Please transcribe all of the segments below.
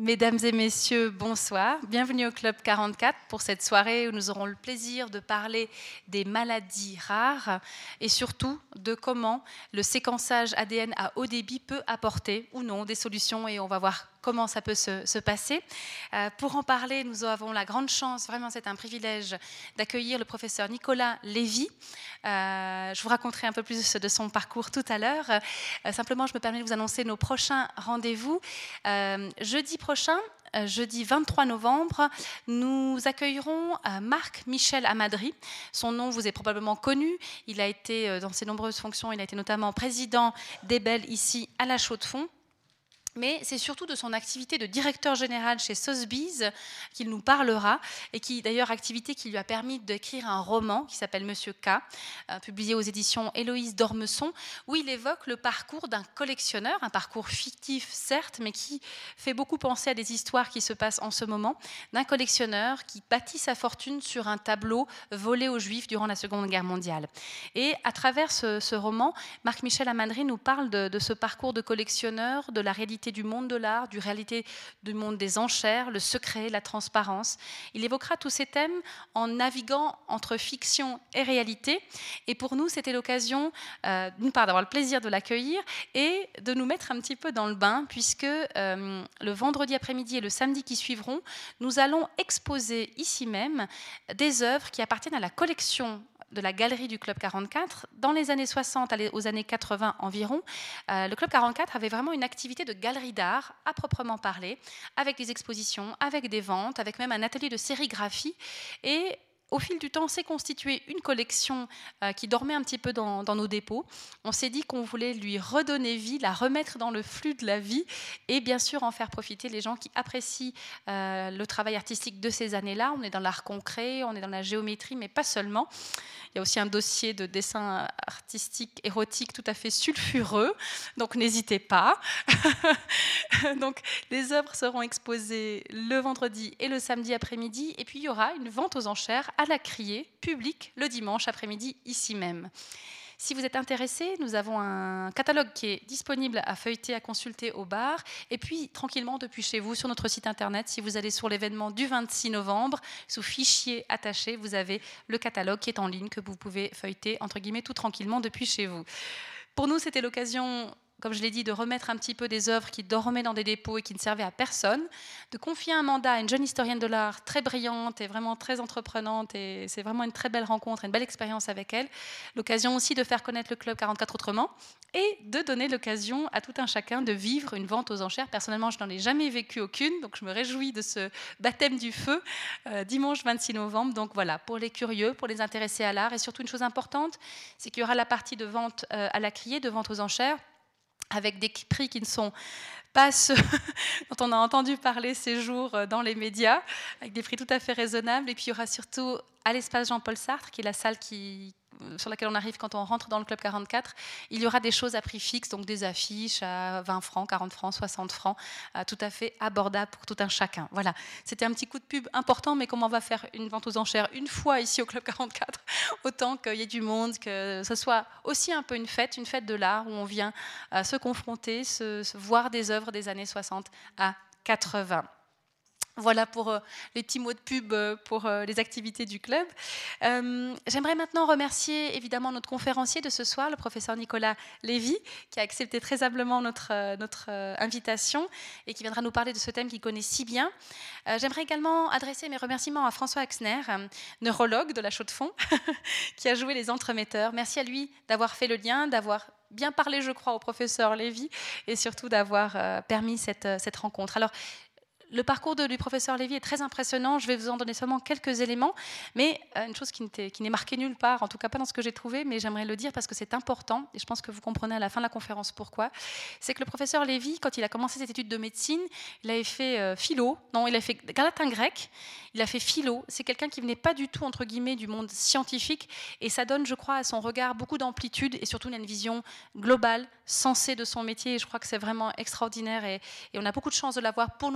Mesdames et messieurs, bonsoir. Bienvenue au Club 44 pour cette soirée où nous aurons le plaisir de parler des maladies rares et surtout de comment le séquençage ADN à haut débit peut apporter ou non des solutions, et on va voir comment ça peut se passer. Pour en parler, nous avons la grande chance, vraiment c'est un privilège, d'accueillir le professeur Nicolas Lévy. Je vous raconterai un peu plus de son parcours tout à l'heure. Simplement, je me permets de vous annoncer nos prochains rendez-vous. Jeudi prochain, jeudi 23 novembre, nous accueillerons Marc-Michel Amadry. Son nom vous est probablement connu. Il a été, dans ses nombreuses fonctions, il a été notamment président d'Ebel ici à La Chaux-de-Fonds. Mais c'est surtout de son activité de directeur général chez Sotheby's qu'il nous parlera, et qui d'ailleurs activité qui lui a permis d'écrire un roman qui s'appelle Monsieur K, publié aux éditions Héloïse d'Ormesson, où il évoque le parcours d'un collectionneur, un parcours fictif certes, mais qui fait beaucoup penser à des histoires qui se passent en ce moment, d'un collectionneur qui bâtit sa fortune sur un tableau volé aux Juifs durant la Seconde Guerre mondiale. Et à travers ce roman, Marc-Michel Amadry nous parle de ce parcours de collectionneur, de la réalité du monde de l'art, du réalité du monde des enchères, le secret, la transparence. Il évoquera tous ces thèmes en naviguant entre fiction et réalité. Et pour nous, c'était l'occasion, d'une part, d'avoir le plaisir de l'accueillir et de nous mettre un petit peu dans le bain, puisque le vendredi après-midi et le samedi qui suivront, nous allons exposer ici même des œuvres qui appartiennent à la collection de la galerie du Club 44. Dans les années 60 aux années 80 environ, le Club 44 avait vraiment une activité de galerie d'art à proprement parler, avec des expositions, avec des ventes, avec même un atelier de sérigraphie. Et au fil du temps, s'est constituée une collection qui dormait un petit peu dans nos dépôts. On s'est dit qu'on voulait lui redonner vie, la remettre dans le flux de la vie, et bien sûr en faire profiter les gens qui apprécient le travail artistique de ces années-là. On est dans l'art concret, on est dans la géométrie, mais pas seulement. Il y a aussi un dossier de dessin artistique érotique tout à fait sulfureux, donc n'hésitez pas. Donc les œuvres seront exposées le vendredi et le samedi après-midi, et puis il y aura une vente aux enchères à la criée, publique, le dimanche après-midi, ici même. Si vous êtes intéressé, nous avons un catalogue qui est disponible à feuilleter, à consulter au bar, et puis tranquillement depuis chez vous sur notre site internet. Si vous allez sur l'événement du 26 novembre, sous fichier attaché, vous avez le catalogue qui est en ligne, que vous pouvez feuilleter entre guillemets tout tranquillement depuis chez vous. Pour nous, c'était l'occasion, comme je l'ai dit, de remettre un petit peu des œuvres qui dormaient dans des dépôts et qui ne servaient à personne, de confier un mandat à une jeune historienne de l'art très brillante et vraiment très entreprenante, et c'est vraiment une très belle rencontre, une belle expérience avec elle. L'occasion aussi de faire connaître le Club 44 autrement, et de donner l'occasion à tout un chacun de vivre une vente aux enchères. Personnellement, je n'en ai jamais vécu aucune, donc je me réjouis de ce baptême du feu dimanche 26 novembre. Donc voilà, pour les curieux, pour les intéressés à l'art, et surtout une chose importante, c'est qu'il y aura la partie de vente à la criée, de vente aux enchères, avec des prix qui ne sont pas ceux dont on a entendu parler ces jours dans les médias, avec des prix tout à fait raisonnables. Et puis il y aura surtout à l'espace Jean-Paul Sartre, qui est la salle sur laquelle on arrive quand on rentre dans le Club 44, il y aura des choses à prix fixe, donc des affiches à 20 francs, 40 francs, 60 francs, tout à fait abordables pour tout un chacun. Voilà, c'était un petit coup de pub important, mais comme on va faire une vente aux enchères une fois ici au Club 44, autant qu'il y ait du monde, que ce soit aussi un peu une fête de l'art, où on vient se confronter, voir des œuvres des années 60 à 80. Voilà pour les petits mots de pub pour les activités du club. J'aimerais maintenant remercier évidemment notre conférencier de ce soir, le professeur Nicolas Lévy, qui a accepté très humblement notre invitation et qui viendra nous parler de ce thème qu'il connaît si bien. J'aimerais également adresser mes remerciements à François Axner, neurologue de La Chaux-de-Fonds, qui a joué les entremetteurs. Merci à lui d'avoir fait le lien, d'avoir bien parlé, je crois, au professeur Lévy, et surtout d'avoir permis cette rencontre. Alors, le parcours du professeur Lévy est très impressionnant. Je vais vous en donner seulement quelques éléments, mais une chose qui n'est marquée nulle part, en tout cas pas dans ce que j'ai trouvé, mais j'aimerais le dire parce que c'est important, et je pense que vous comprenez à la fin de la conférence pourquoi. C'est que le professeur Lévy, quand il a commencé ses études de médecine, il avait fait il a fait latin-grec, il a fait philo. C'est quelqu'un qui venait pas du tout, entre guillemets, du monde scientifique, et ça donne, je crois, à son regard beaucoup d'amplitude, et surtout il a une vision globale, sensée de son métier, et je crois que c'est vraiment extraordinaire, et on a beaucoup de chance de l'avoir pour nous parler de ce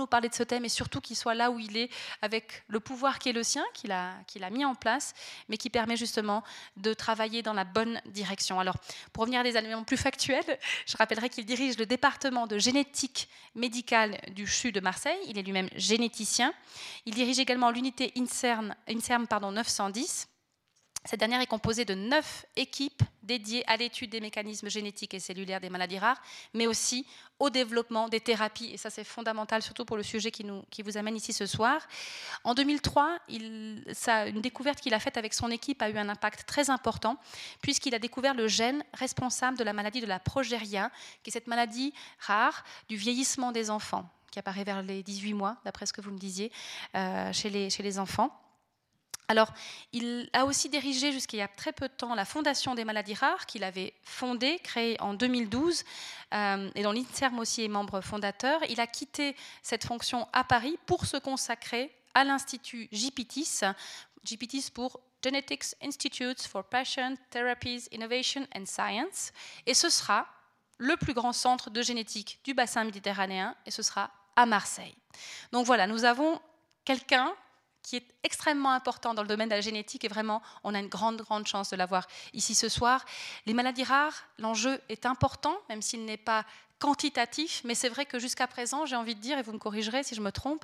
thème et surtout qu'il soit là où il est, avec le pouvoir qui est le sien, qu'il a mis en place, mais qui permet justement de travailler dans la bonne direction. Alors, pour revenir à des éléments plus factuels, je rappellerai qu'il dirige le département de génétique médicale du CHU de Marseille. Il est lui-même généticien. Il dirige également l'unité INSERM 910. Cette dernière est composée de 9 équipes dédiées à l'étude des mécanismes génétiques et cellulaires des maladies rares, mais aussi au développement des thérapies. Et ça, c'est fondamental, surtout pour le sujet qui vous amène ici ce soir. En 2003, une découverte qu'il a faite avec son équipe a eu un impact très important, puisqu'il a découvert le gène responsable de la maladie de la progéria, qui est cette maladie rare du vieillissement des enfants, qui apparaît vers les 18 mois, d'après ce que vous me disiez, chez les enfants. Alors, il a aussi dirigé jusqu'il y a très peu de temps la Fondation des maladies rares qu'il avait fondée, créée en 2012, et dont l'INSERM aussi est membre fondateur. Il a quitté cette fonction à Paris pour se consacrer à l'Institut JPITIS, JPITIS pour Genetics Institutes for Patient Therapies, Innovation and Science, et ce sera le plus grand centre de génétique du bassin méditerranéen, et ce sera à Marseille. Donc voilà, nous avons quelqu'un qui est extrêmement important dans le domaine de la génétique, et vraiment, on a une grande chance de l'avoir ici ce soir. Les maladies rares, l'enjeu est important, même s'il n'est pas quantitatif, mais c'est vrai que jusqu'à présent, j'ai envie de dire, et vous me corrigerez si je me trompe,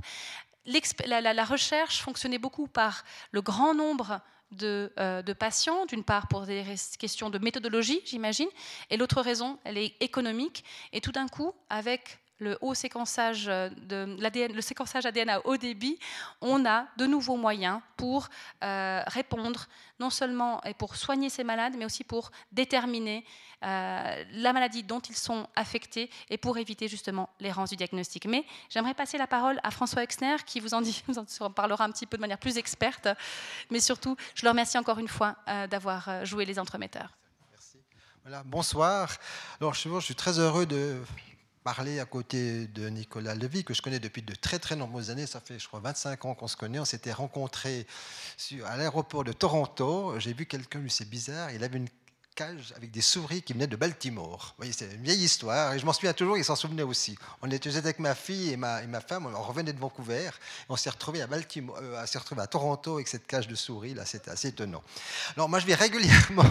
la recherche fonctionnait beaucoup par le grand nombre de patients, d'une part pour des questions de méthodologie, j'imagine, et l'autre raison, elle est économique, et tout d'un coup, avec le haut séquençage le séquençage ADN à haut débit, on a de nouveaux moyens pour répondre, non seulement et pour soigner ces malades, mais aussi pour déterminer la maladie dont ils sont affectés et pour éviter justement l'errance du diagnostic. Mais j'aimerais passer la parole à François Exner, qui vous en parlera un petit peu de manière plus experte, mais surtout, je le remercie encore une fois d'avoir joué les entremetteurs. Merci. Voilà, bonsoir. Alors, je suis très heureux de parler à côté de Nicolas Levy, que je connais depuis de très nombreuses années. Ça fait, je crois, 25 ans qu'on se connaît. On s'était rencontrés à l'aéroport de Toronto. J'ai vu quelqu'un, c'est bizarre, il avait une cage avec des souris qui venaient de Baltimore. Vous voyez, c'est une vieille histoire, et je m'en souviens toujours, il s'en souvenait aussi. J'étais avec ma fille et ma femme, on revenait de Vancouver, et on s'est retrouvés à Baltimore, à Toronto avec cette cage de souris, là, c'était assez étonnant. Alors moi, je vais régulièrement,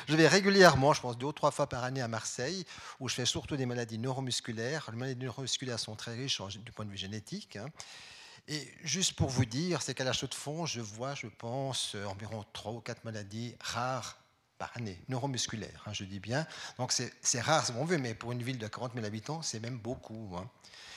je pense 2 ou 3 fois par année à Marseille, où je fais surtout des maladies neuromusculaires. Les maladies neuromusculaires sont très riches du point de vue génétique, hein. Et juste pour vous dire, c'est qu'à la Chaux-de-Fonds, je vois, je pense, environ 3 ou 4 maladies rares par année, neuromusculaires, hein, je dis bien. Donc c'est rare si on veut, mais pour une ville de 40 000 habitants, c'est même beaucoup, hein.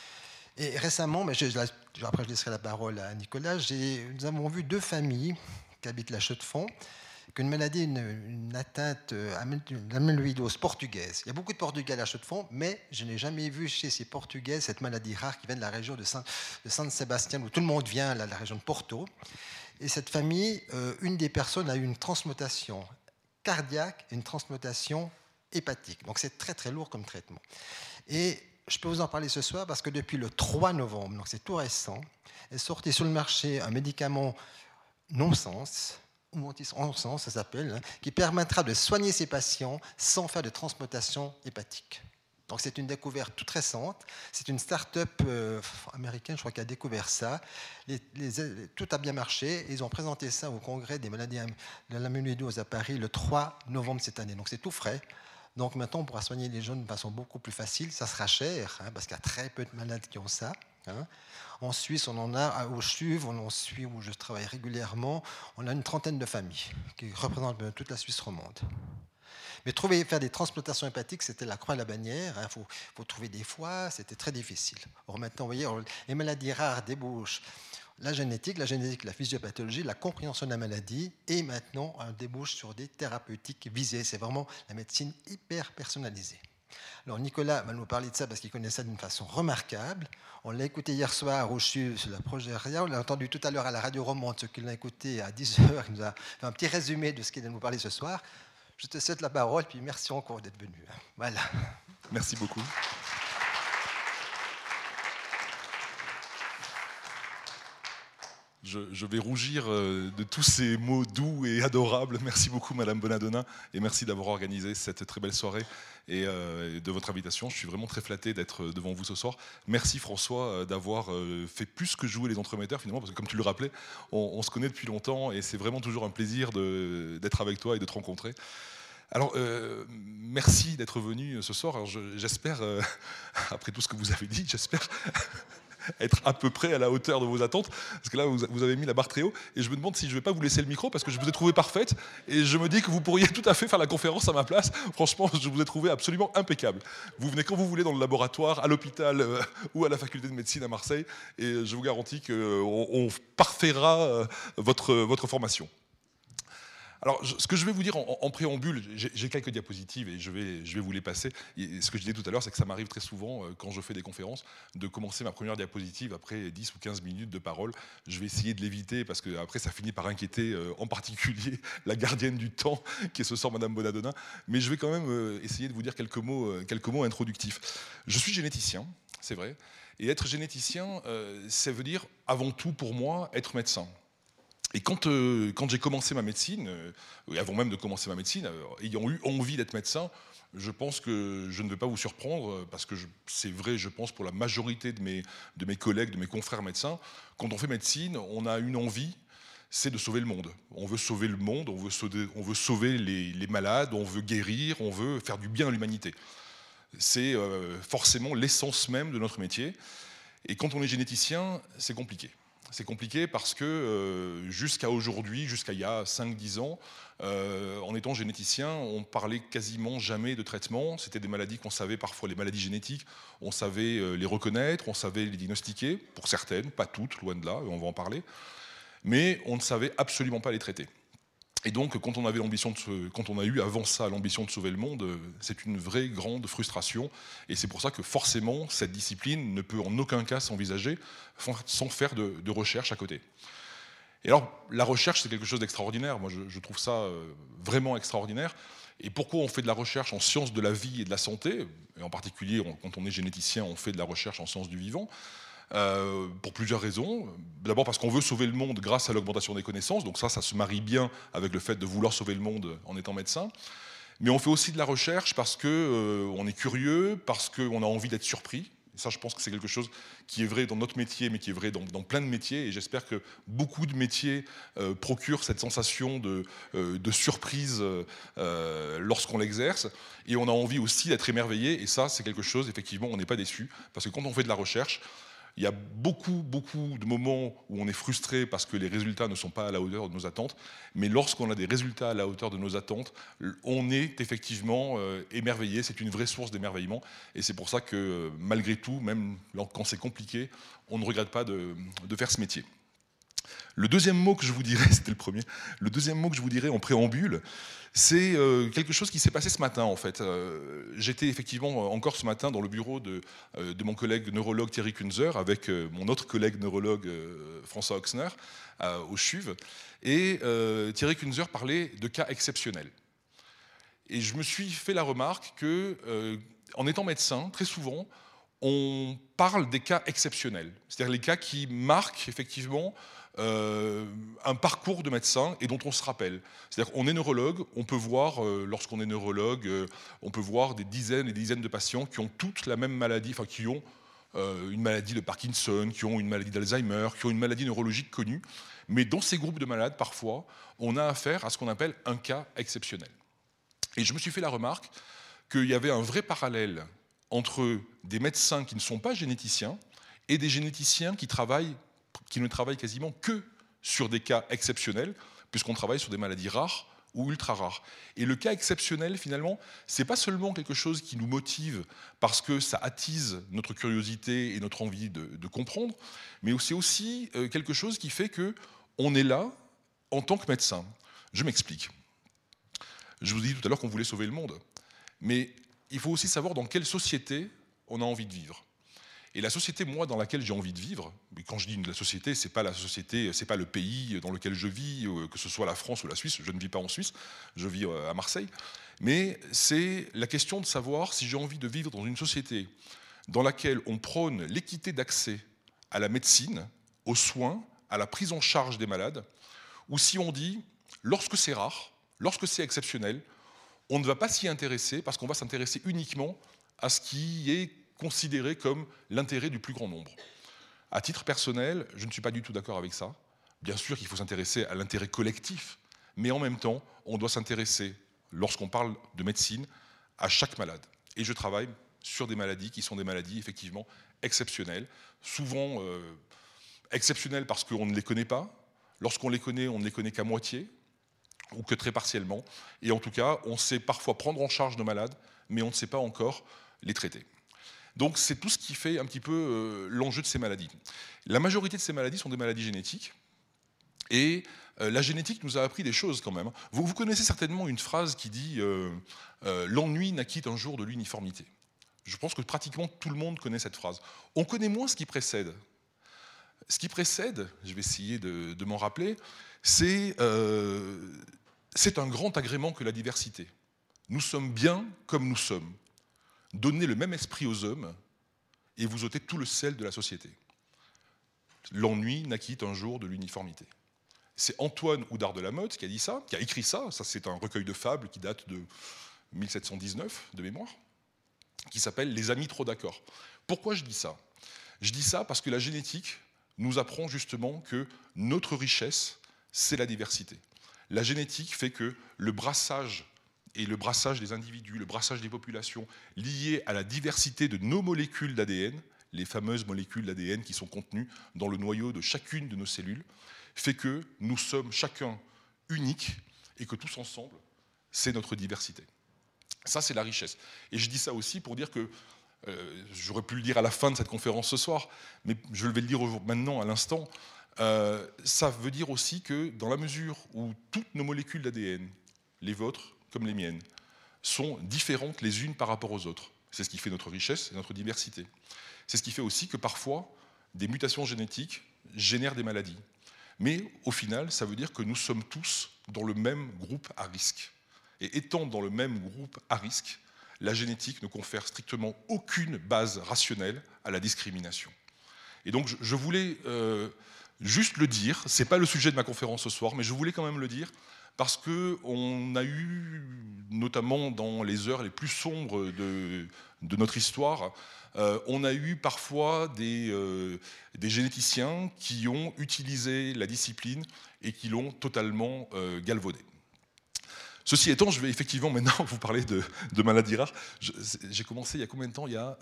Et récemment, mais après je laisserai la parole à Nicolas, nous avons vu 2 familles qui habitent la Chaux-de-Fonds, qui ont une maladie, une atteinte d'amyloïdose portugaise. Il y a beaucoup de Portugais à la Chaux-de-Fonds, mais je n'ai jamais vu chez ces Portugais cette maladie rare qui vient de la région de Saint-Sébastien, où tout le monde vient, là, la région de Porto. Et cette famille, une des personnes a eu une transmutation cardiaque et une transmutation hépatique. Donc c'est très lourd comme traitement. Et je peux vous en parler ce soir parce que depuis le 3 novembre, donc c'est tout récent, est sorti sur le marché un médicament non-sens, ou anti-sens, ça s'appelle, hein, qui permettra de soigner ces patients sans faire de transplantation hépatique. Donc c'est une découverte toute récente. C'est une start-up américaine, je crois, qui a découvert ça. Tout a bien marché. Ils ont présenté ça au congrès des maladies de l'amyloïdose à Paris le 3 novembre cette année. Donc c'est tout frais. Donc maintenant, on pourra soigner les jeunes de façon beaucoup plus facile. Ça sera cher, hein, parce qu'il y a très peu de malades qui ont ça, hein. En Suisse, on en a, au CHUV, où je travaille régulièrement, on a une 30aine de familles qui représentent toute la Suisse romande. Mais faire des transplantations hépatiques, c'était la croix à la bannière. Il faut trouver des foies, c'était très difficile. Or maintenant, vous voyez, les maladies rares débouchent la génétique, la physiopathologie, la compréhension de la maladie, et maintenant, on débouche sur des thérapeutiques visées. C'est vraiment la médecine hyper personnalisée. Alors Nicolas va nous parler de ça parce qu'il connaît ça d'une façon remarquable. On l'a écouté hier soir au CHU sur la progéria. On l'a entendu tout à l'heure à la radio romande, ceux qui l'ont écouté à 10h. Il nous a fait un petit résumé de ce qu'il va nous parler ce soir. Je te cède la parole, puis merci encore d'être venu. Voilà. Merci beaucoup. Je vais rougir de tous ces mots doux et adorables. Merci beaucoup, Madame Bonadonna, et merci d'avoir organisé cette très belle soirée et de votre invitation. Je suis vraiment très flatté d'être devant vous ce soir. Merci, François, d'avoir fait plus que jouer les entremetteurs, finalement, parce que comme tu le rappelais, on se connaît depuis longtemps et c'est vraiment toujours un plaisir d'être avec toi et de te rencontrer. Alors, merci d'être venu ce soir. Alors, j'espère, après tout ce que vous avez dit, j'espère être à peu près à la hauteur de vos attentes, parce que là vous avez mis la barre très haut, et je me demande si je ne vais pas vous laisser le micro, parce que je vous ai trouvé parfaite, et je me dis que vous pourriez tout à fait faire la conférence à ma place. Franchement, je vous ai trouvé absolument impeccable. Vous venez quand vous voulez dans le laboratoire, à l'hôpital ou à la faculté de médecine à Marseille, et je vous garantis qu'on parfaira votre formation. Alors, ce que je vais vous dire en préambule, j'ai quelques diapositives et je vais vous les passer. Et ce que je disais tout à l'heure, c'est que ça m'arrive très souvent, quand je fais des conférences, de commencer ma première diapositive après 10 ou 15 minutes de parole. Je vais essayer de l'éviter parce que après ça finit par inquiéter en particulier la gardienne du temps, qui est ce soir Madame Bonadonna. Mais je vais quand même essayer de vous dire quelques mots introductifs. Je suis généticien, c'est vrai. Et être généticien, ça veut dire avant tout pour moi être médecin. Et quand j'ai commencé ma médecine, avant même de commencer ma médecine, ayant eu envie d'être médecin, je pense que je ne vais pas vous surprendre, parce que c'est vrai, je pense, pour la majorité de mes collègues, de mes confrères médecins, quand on fait médecine, on a une envie, c'est de sauver le monde. On veut sauver le monde, on veut sauver les malades, on veut guérir, on veut faire du bien à l'humanité. C'est forcément l'essence même de notre métier. Et quand on est généticien, c'est compliqué. C'est compliqué parce que jusqu'à aujourd'hui, jusqu'à il y a 5-10 ans, en étant généticien, on parlait quasiment jamais de traitement. C'était des maladies qu'on savait parfois, les maladies génétiques, on savait les reconnaître, on savait les diagnostiquer, pour certaines, pas toutes, loin de là, on va en parler, mais on ne savait absolument pas les traiter. Et donc, quand on a eu avant ça l'ambition de sauver le monde, c'est une vraie grande frustration. Et c'est pour ça que forcément, cette discipline ne peut en aucun cas s'envisager sans faire de recherche à côté. Et alors, la recherche, c'est quelque chose d'extraordinaire. Moi, je trouve ça vraiment extraordinaire. Et pourquoi on fait de la recherche en sciences de la vie et de la santé, et en particulier, quand on est généticien, on fait de la recherche en sciences du vivant, pour plusieurs raisons. D'abord parce qu'on veut sauver le monde grâce à l'augmentation des connaissances, donc ça se marie bien avec le fait de vouloir sauver le monde en étant médecin. Mais on fait aussi de la recherche parce qu'on est curieux, parce qu'on a envie d'être surpris. Et ça, je pense que c'est quelque chose qui est vrai dans notre métier, mais qui est vrai dans plein de métiers. Et j'espère que beaucoup de métiers procurent cette sensation de surprise lorsqu'on l'exerce. Et on a envie aussi d'être émerveillé. Et ça, c'est quelque chose, effectivement, on n'est pas déçu. Parce que quand on fait de la recherche, il y a beaucoup de moments où on est frustré parce que les résultats ne sont pas à la hauteur de nos attentes. Mais lorsqu'on a des résultats à la hauteur de nos attentes, on est effectivement émerveillé. C'est une vraie source d'émerveillement. Et c'est pour ça que, malgré tout, même quand c'est compliqué, on ne regrette pas de faire ce métier. Le deuxième mot que je vous dirais, c'était le premier, le deuxième mot que je vous dirais en préambule, c'est quelque chose qui s'est passé ce matin en fait. J'étais effectivement encore ce matin dans le bureau de mon collègue neurologue Thierry Kunzer avec mon autre collègue neurologue François Oxner au CHUV, et Thierry Kunzer parlait de cas exceptionnels. Et je me suis fait la remarque que, en étant médecin, très souvent, on parle des cas exceptionnels, c'est-à-dire les cas qui marquent effectivement un parcours de médecin et dont on se rappelle. C'est-à-dire qu'on est neurologue, on peut voir, lorsqu'on est neurologue, on peut voir des dizaines et des dizaines de patients qui ont toutes la même maladie, enfin qui ont une maladie de Parkinson, qui ont une maladie d'Alzheimer, qui ont une maladie neurologique connue. Mais dans ces groupes de malades, parfois, on a affaire à ce qu'on appelle un cas exceptionnel. Et je me suis fait la remarque qu'il y avait un vrai parallèle entre des médecins qui ne sont pas généticiens et des généticiens qui ne travaillent quasiment que sur des cas exceptionnels, puisqu'on travaille sur des maladies rares ou ultra rares. Et le cas exceptionnel, finalement, c'est pas seulement quelque chose qui nous motive parce que ça attise notre curiosité et notre envie de comprendre, mais c'est aussi quelque chose qui fait qu'on est là en tant que médecin. Je m'explique. Je vous ai dit tout à l'heure qu'on voulait sauver le monde, mais il faut aussi savoir dans quelle société on a envie de vivre. Et la société, moi, dans laquelle j'ai envie de vivre, mais quand je dis la société, c'est pas le pays dans lequel je vis, que ce soit la France ou la Suisse. Je ne vis pas en Suisse, je vis à Marseille. Mais c'est la question de savoir si j'ai envie de vivre dans une société dans laquelle on prône l'équité d'accès à la médecine, aux soins, à la prise en charge des malades, ou si on dit, lorsque c'est rare, lorsque c'est exceptionnel, on ne va pas s'y intéresser parce qu'on va s'intéresser uniquement à ce qui est considéré comme l'intérêt du plus grand nombre. À titre personnel, je ne suis pas du tout d'accord avec ça. Bien sûr qu'il faut s'intéresser à l'intérêt collectif, mais en même temps, on doit s'intéresser, lorsqu'on parle de médecine, à chaque malade. Et je travaille sur des maladies qui sont des maladies effectivement exceptionnelles, souvent exceptionnelles parce qu'on ne les connaît pas. Lorsqu'on les connaît, on ne les connaît qu'à moitié ou que très partiellement. Et en tout cas, on sait parfois prendre en charge nos malades, mais on ne sait pas encore les traiter. Donc c'est tout ce qui fait un petit peu l'enjeu de ces maladies. La majorité de ces maladies sont des maladies génétiques. Et la génétique nous a appris des choses quand même. Vous connaissez certainement une phrase qui dit l'ennui naquit un jour de l'uniformité. Je pense que pratiquement tout le monde connaît cette phrase. On connaît moins ce qui précède. Ce qui précède, je vais essayer de m'en rappeler, c'est un grand agrément que la diversité. Nous sommes bien comme nous sommes. Donnez le même esprit aux hommes et vous ôtez tout le sel de la société. L'ennui naquit un jour de l'uniformité. C'est Antoine Oudard de la Motte qui a dit ça, qui a écrit ça. Ça, c'est un recueil de fables qui date de 1719, de mémoire, qui s'appelle « Les amis trop d'accord ». Pourquoi je dis ça ? Je dis ça parce que la génétique nous apprend justement que notre richesse, c'est la diversité. La génétique fait que le brassage des individus, le brassage des populations lié à la diversité de nos molécules d'ADN, les fameuses molécules d'ADN qui sont contenues dans le noyau de chacune de nos cellules, fait que nous sommes chacun uniques et que tous ensemble, c'est notre diversité. Ça, c'est la richesse. Et je dis ça aussi pour dire que, j'aurais pu le dire à la fin de cette conférence ce soir, mais je vais le dire maintenant, à l'instant, ça veut dire aussi que dans la mesure où toutes nos molécules d'ADN, les vôtres comme les miennes, sont différentes les unes par rapport aux autres. C'est ce qui fait notre richesse et notre diversité. C'est ce qui fait aussi que parfois, des mutations génétiques génèrent des maladies. Mais au final, ça veut dire que nous sommes tous dans le même groupe à risque. Et étant dans le même groupe à risque, la génétique ne confère strictement aucune base rationnelle à la discrimination. Et donc je voulais juste le dire, ce n'est pas le sujet de ma conférence ce soir, mais je voulais quand même le dire, parce qu'on a eu, notamment dans les heures les plus sombres de notre histoire, on a eu parfois des généticiens qui ont utilisé la discipline et qui l'ont totalement galvaudée. Ceci étant, je vais effectivement maintenant vous parler de maladies rares. J'ai commencé il y a combien de temps ? Il y a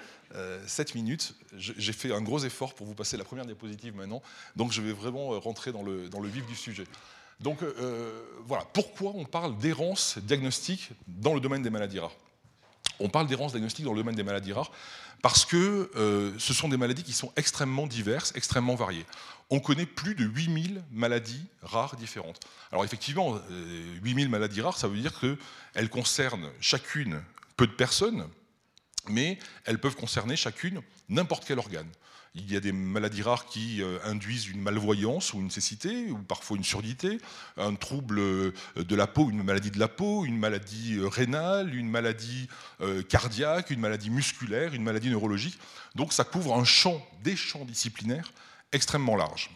7 minutes. J'ai fait un gros effort pour vous passer la première diapositive maintenant. Donc je vais vraiment rentrer dans le vif du sujet. Donc voilà, pourquoi on parle d'errance diagnostique dans le domaine des maladies rares ? On parle d'errance diagnostique dans le domaine des maladies rares parce que ce sont des maladies qui sont extrêmement diverses, extrêmement variées. On connaît plus de 8000 maladies rares différentes. Alors effectivement, 8000 maladies rares, ça veut dire qu'elles concernent chacune peu de personnes, mais elles peuvent concerner chacune n'importe quel organe. Il y a des maladies rares qui induisent une malvoyance ou une cécité, ou parfois une surdité, un trouble de la peau, une maladie de la peau, une maladie rénale, une maladie cardiaque, une maladie musculaire, une maladie neurologique. Donc ça couvre des champs disciplinaires extrêmement larges.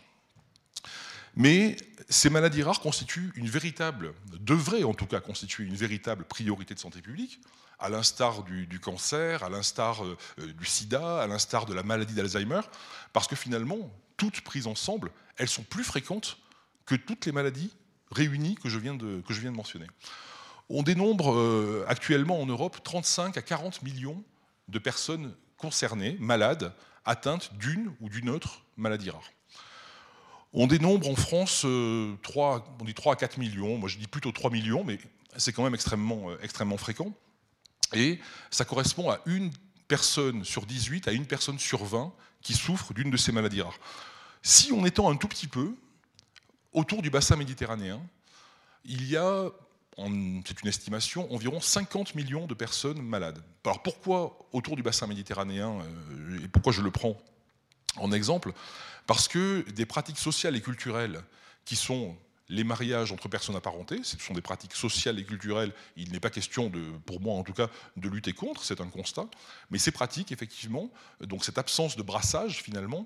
Mais ces maladies rares devraient en tout cas constituer une véritable priorité de santé publique, à l'instar du cancer, à l'instar du sida, à l'instar de la maladie d'Alzheimer, parce que finalement, toutes prises ensemble, elles sont plus fréquentes que toutes les maladies réunies que je viens de mentionner. On dénombre actuellement en Europe 35 à 40 millions de personnes concernées, malades, atteintes d'une ou d'une autre maladie rare. On dénombre en France 3 à 4 millions, moi je dis plutôt 3 millions, mais c'est quand même extrêmement fréquent. Et ça correspond à une personne sur 18, à une personne sur 20 qui souffre d'une de ces maladies rares. Si on étend un tout petit peu, autour du bassin méditerranéen, il y a, c'est une estimation, environ 50 millions de personnes malades. Alors pourquoi autour du bassin méditerranéen, et pourquoi je le prends en exemple ? Parce que des pratiques sociales et culturelles qui sont les mariages entre personnes apparentées, ce sont des pratiques sociales et culturelles, il n'est pas question, pour moi en tout cas, de lutter contre, c'est un constat, mais ces pratiques, effectivement, donc cette absence de brassage finalement,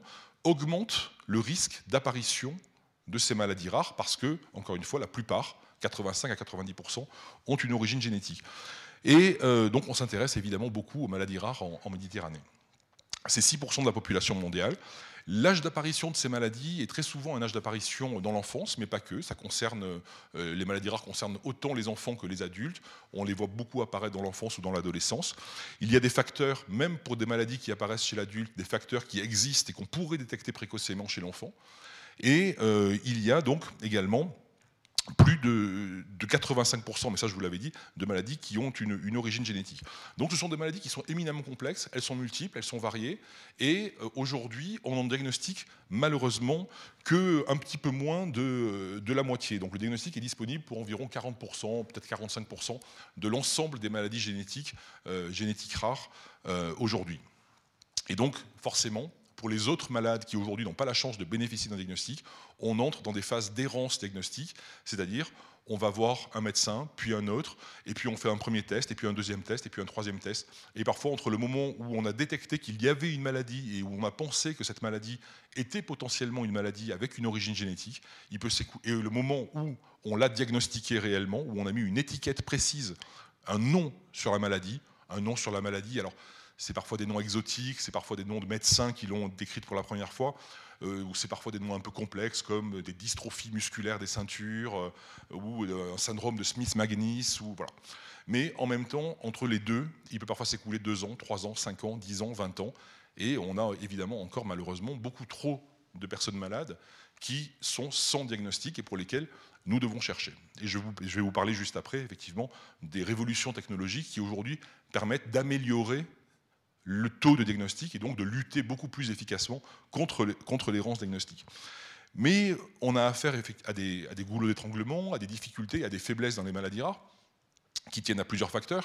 augmente le risque d'apparition de ces maladies rares parce que, encore une fois, la plupart, 85 à 90%, ont une origine génétique. Et donc on s'intéresse évidemment beaucoup aux maladies rares en Méditerranée. C'est 6% de la population mondiale. L'âge d'apparition de ces maladies est très souvent un âge d'apparition dans l'enfance, mais pas que. Ça concerne, les maladies rares concernent autant les enfants que les adultes. On les voit beaucoup apparaître dans l'enfance ou dans l'adolescence. Il y a des facteurs, même pour des maladies qui apparaissent chez l'adulte, des facteurs qui existent et qu'on pourrait détecter précocement chez l'enfant. Et il y a donc également plus de 85%, mais ça je vous l'avais dit, de maladies qui ont une origine génétique. Donc ce sont des maladies qui sont éminemment complexes, elles sont multiples, elles sont variées, et aujourd'hui on en diagnostique malheureusement qu'un petit peu moins de la moitié. Donc le diagnostic est disponible pour environ 40%, peut-être 45% de l'ensemble des maladies génétiques rares aujourd'hui. Et donc forcément, pour les autres malades qui aujourd'hui n'ont pas la chance de bénéficier d'un diagnostic, on entre dans des phases d'errance diagnostique, c'est-à-dire on va voir un médecin, puis un autre, et puis on fait un premier test, et puis un deuxième test, et puis un troisième test. Et parfois, entre le moment où on a détecté qu'il y avait une maladie et où on a pensé que cette maladie était potentiellement une maladie avec une origine génétique, il peut s'écouler. Et le moment où on l'a diagnostiqué réellement, où on a mis une étiquette précise, un nom sur la maladie, alors c'est parfois des noms exotiques, c'est parfois des noms de médecins qui l'ont décrite pour la première fois, ou c'est parfois des noms un peu complexes comme des dystrophies musculaires des ceintures, ou un syndrome de Smith-Magenis, ou voilà. Mais en même temps, entre les deux, il peut parfois s'écouler 2 ans, 3 ans, 5 ans, 10 ans, 20 ans, et on a évidemment encore malheureusement beaucoup trop de personnes malades qui sont sans diagnostic et pour lesquelles nous devons chercher. Et je vais vous parler juste après, effectivement, des révolutions technologiques qui aujourd'hui permettent d'améliorer le taux de diagnostic et donc de lutter beaucoup plus efficacement contre l'errance diagnostique. Mais on a affaire à des goulots d'étranglement, à des difficultés, à des faiblesses dans les maladies rares qui tiennent à plusieurs facteurs.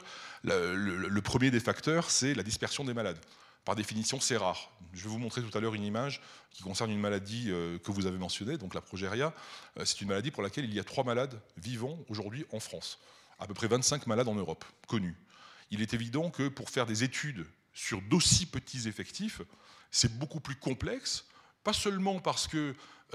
Le premier des facteurs, c'est la dispersion des malades. Par définition, c'est rare. Je vais vous montrer tout à l'heure une image qui concerne une maladie que vous avez mentionnée, donc la progéria. C'est une maladie pour laquelle il y a 3 malades vivants aujourd'hui en France. À peu près 25 malades en Europe, connus. Il est évident que pour faire des études sur d'aussi petits effectifs, c'est beaucoup plus complexe, pas seulement parce que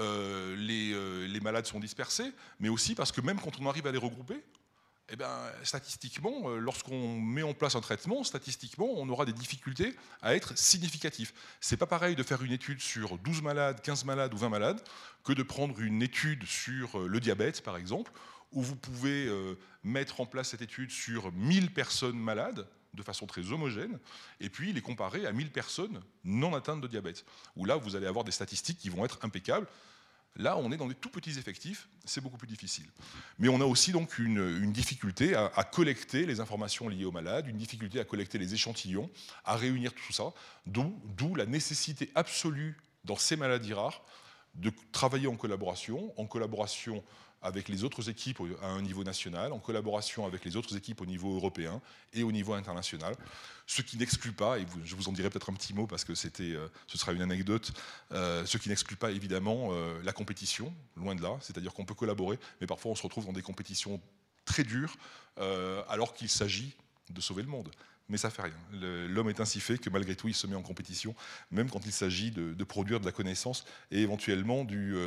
les malades sont dispersés, mais aussi parce que même quand on arrive à les regrouper, eh bien, statistiquement, lorsqu'on met en place un traitement, statistiquement, on aura des difficultés à être significatifs. C'est pas pareil de faire une étude sur 12 malades, 15 malades ou 20 malades que de prendre une étude sur le diabète, par exemple, où vous pouvez mettre en place cette étude sur 1000 personnes malades, de façon très homogène, et puis les comparer à 1000 personnes non atteintes de diabète, où là, vous allez avoir des statistiques qui vont être impeccables. Là, on est dans des tout petits effectifs, c'est beaucoup plus difficile. Mais on a aussi donc une difficulté à collecter les informations liées aux malades, une difficulté à collecter les échantillons, à réunir tout ça, d'où la nécessité absolue dans ces maladies rares de travailler en collaboration avec les autres équipes à un niveau national, en collaboration avec les autres équipes au niveau européen et au niveau international, ce qui n'exclut pas, et je vous en dirai peut-être un petit mot parce que ce sera une anecdote, ce qui n'exclut pas évidemment la compétition, loin de là, c'est-à-dire qu'on peut collaborer, mais parfois on se retrouve dans des compétitions très dures alors qu'il s'agit de sauver le monde. Mais ça fait rien. L'homme est ainsi fait que malgré tout, il se met en compétition, même quand il s'agit de produire de la connaissance et éventuellement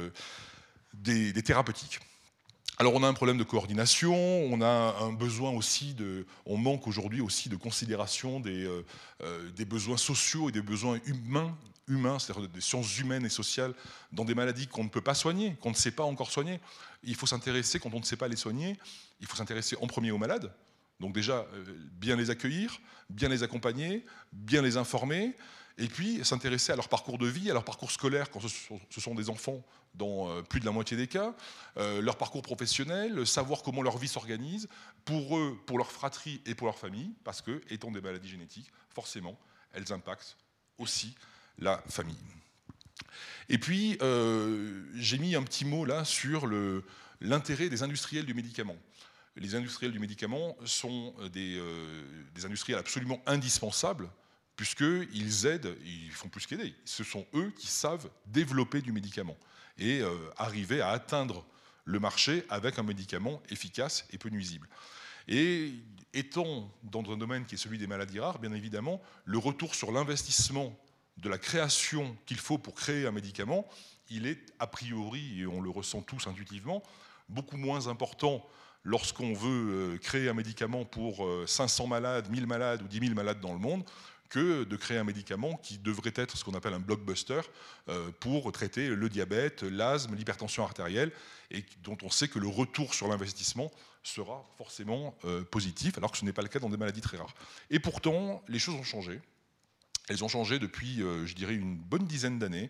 des thérapeutiques. Alors on a un problème de coordination, on a un besoin aussi on manque aujourd'hui aussi de considération des besoins sociaux et des besoins humains, c'est-à-dire des sciences humaines et sociales dans des maladies qu'on ne peut pas soigner, qu'on ne sait pas encore soigner. Il faut s'intéresser, quand on ne sait pas les soigner, il faut s'intéresser en premier aux malades. Donc déjà, bien les accueillir, bien les accompagner, bien les informer, et puis s'intéresser à leur parcours de vie, à leur parcours scolaire quand ce sont des enfants dans plus de la moitié des cas, leur parcours professionnel, savoir comment leur vie s'organise, pour eux, pour leur fratrie et pour leur famille, parce que, étant des maladies génétiques, forcément, elles impactent aussi la famille. Et puis, j'ai mis un petit mot là sur l'intérêt des industriels du médicament. Les industriels du médicament sont des industriels absolument indispensables, puisqu'ils aident, ils font plus qu'aider, ce sont eux qui savent développer du médicament et arriver à atteindre le marché avec un médicament efficace et peu nuisible. Et étant dans un domaine qui est celui des maladies rares, bien évidemment, le retour sur l'investissement de la création qu'il faut pour créer un médicament, il est a priori, et on le ressent tous intuitivement, beaucoup moins important lorsqu'on veut créer un médicament pour 500 malades, 1000 malades ou 10 000 malades dans le monde, que de créer un médicament qui devrait être ce qu'on appelle un blockbuster pour traiter le diabète, l'asthme, l'hypertension artérielle, et dont on sait que le retour sur l'investissement sera forcément positif, alors que ce n'est pas le cas dans des maladies très rares. Et pourtant, les choses ont changé. Elles ont changé depuis, je dirais, une bonne dizaine d'années.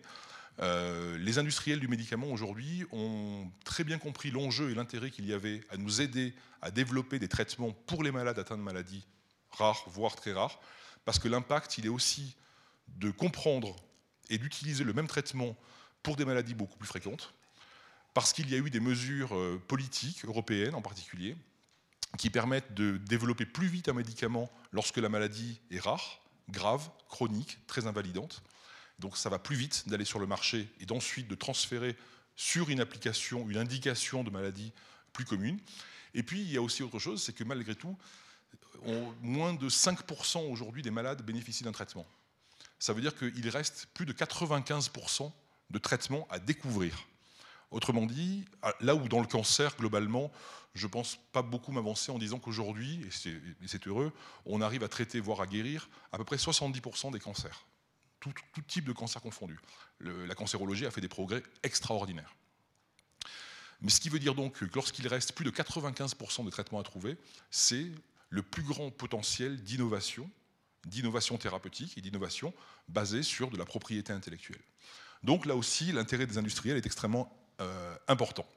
Les industriels du médicament aujourd'hui ont très bien compris l'enjeu et l'intérêt qu'il y avait à nous aider à développer des traitements pour les malades atteints de maladies rares, voire très rares, parce que l'impact, il est aussi de comprendre et d'utiliser le même traitement pour des maladies beaucoup plus fréquentes, parce qu'il y a eu des mesures politiques, européennes en particulier, qui permettent de développer plus vite un médicament lorsque la maladie est rare, grave, chronique, très invalidante. Donc ça va plus vite d'aller sur le marché et d'ensuite de transférer sur une application, une indication de maladie plus commune. Et puis il y a aussi autre chose, c'est que malgré tout, moins de 5% aujourd'hui des malades bénéficient d'un traitement. Ça veut dire qu'il reste plus de 95% de traitements à découvrir. Autrement dit, là où dans le cancer, globalement, je ne pense pas beaucoup m'avancer en disant qu'aujourd'hui, et c'est heureux, on arrive à traiter, voire à guérir, à peu près 70% des cancers. Tout type de cancer confondu. La cancérologie a fait des progrès extraordinaires. Mais ce qui veut dire donc que lorsqu'il reste plus de 95% de traitements à trouver, c'est le plus grand potentiel d'innovation thérapeutique et d'innovation basée sur de la propriété intellectuelle. Donc là aussi, l'intérêt des industriels est extrêmement important.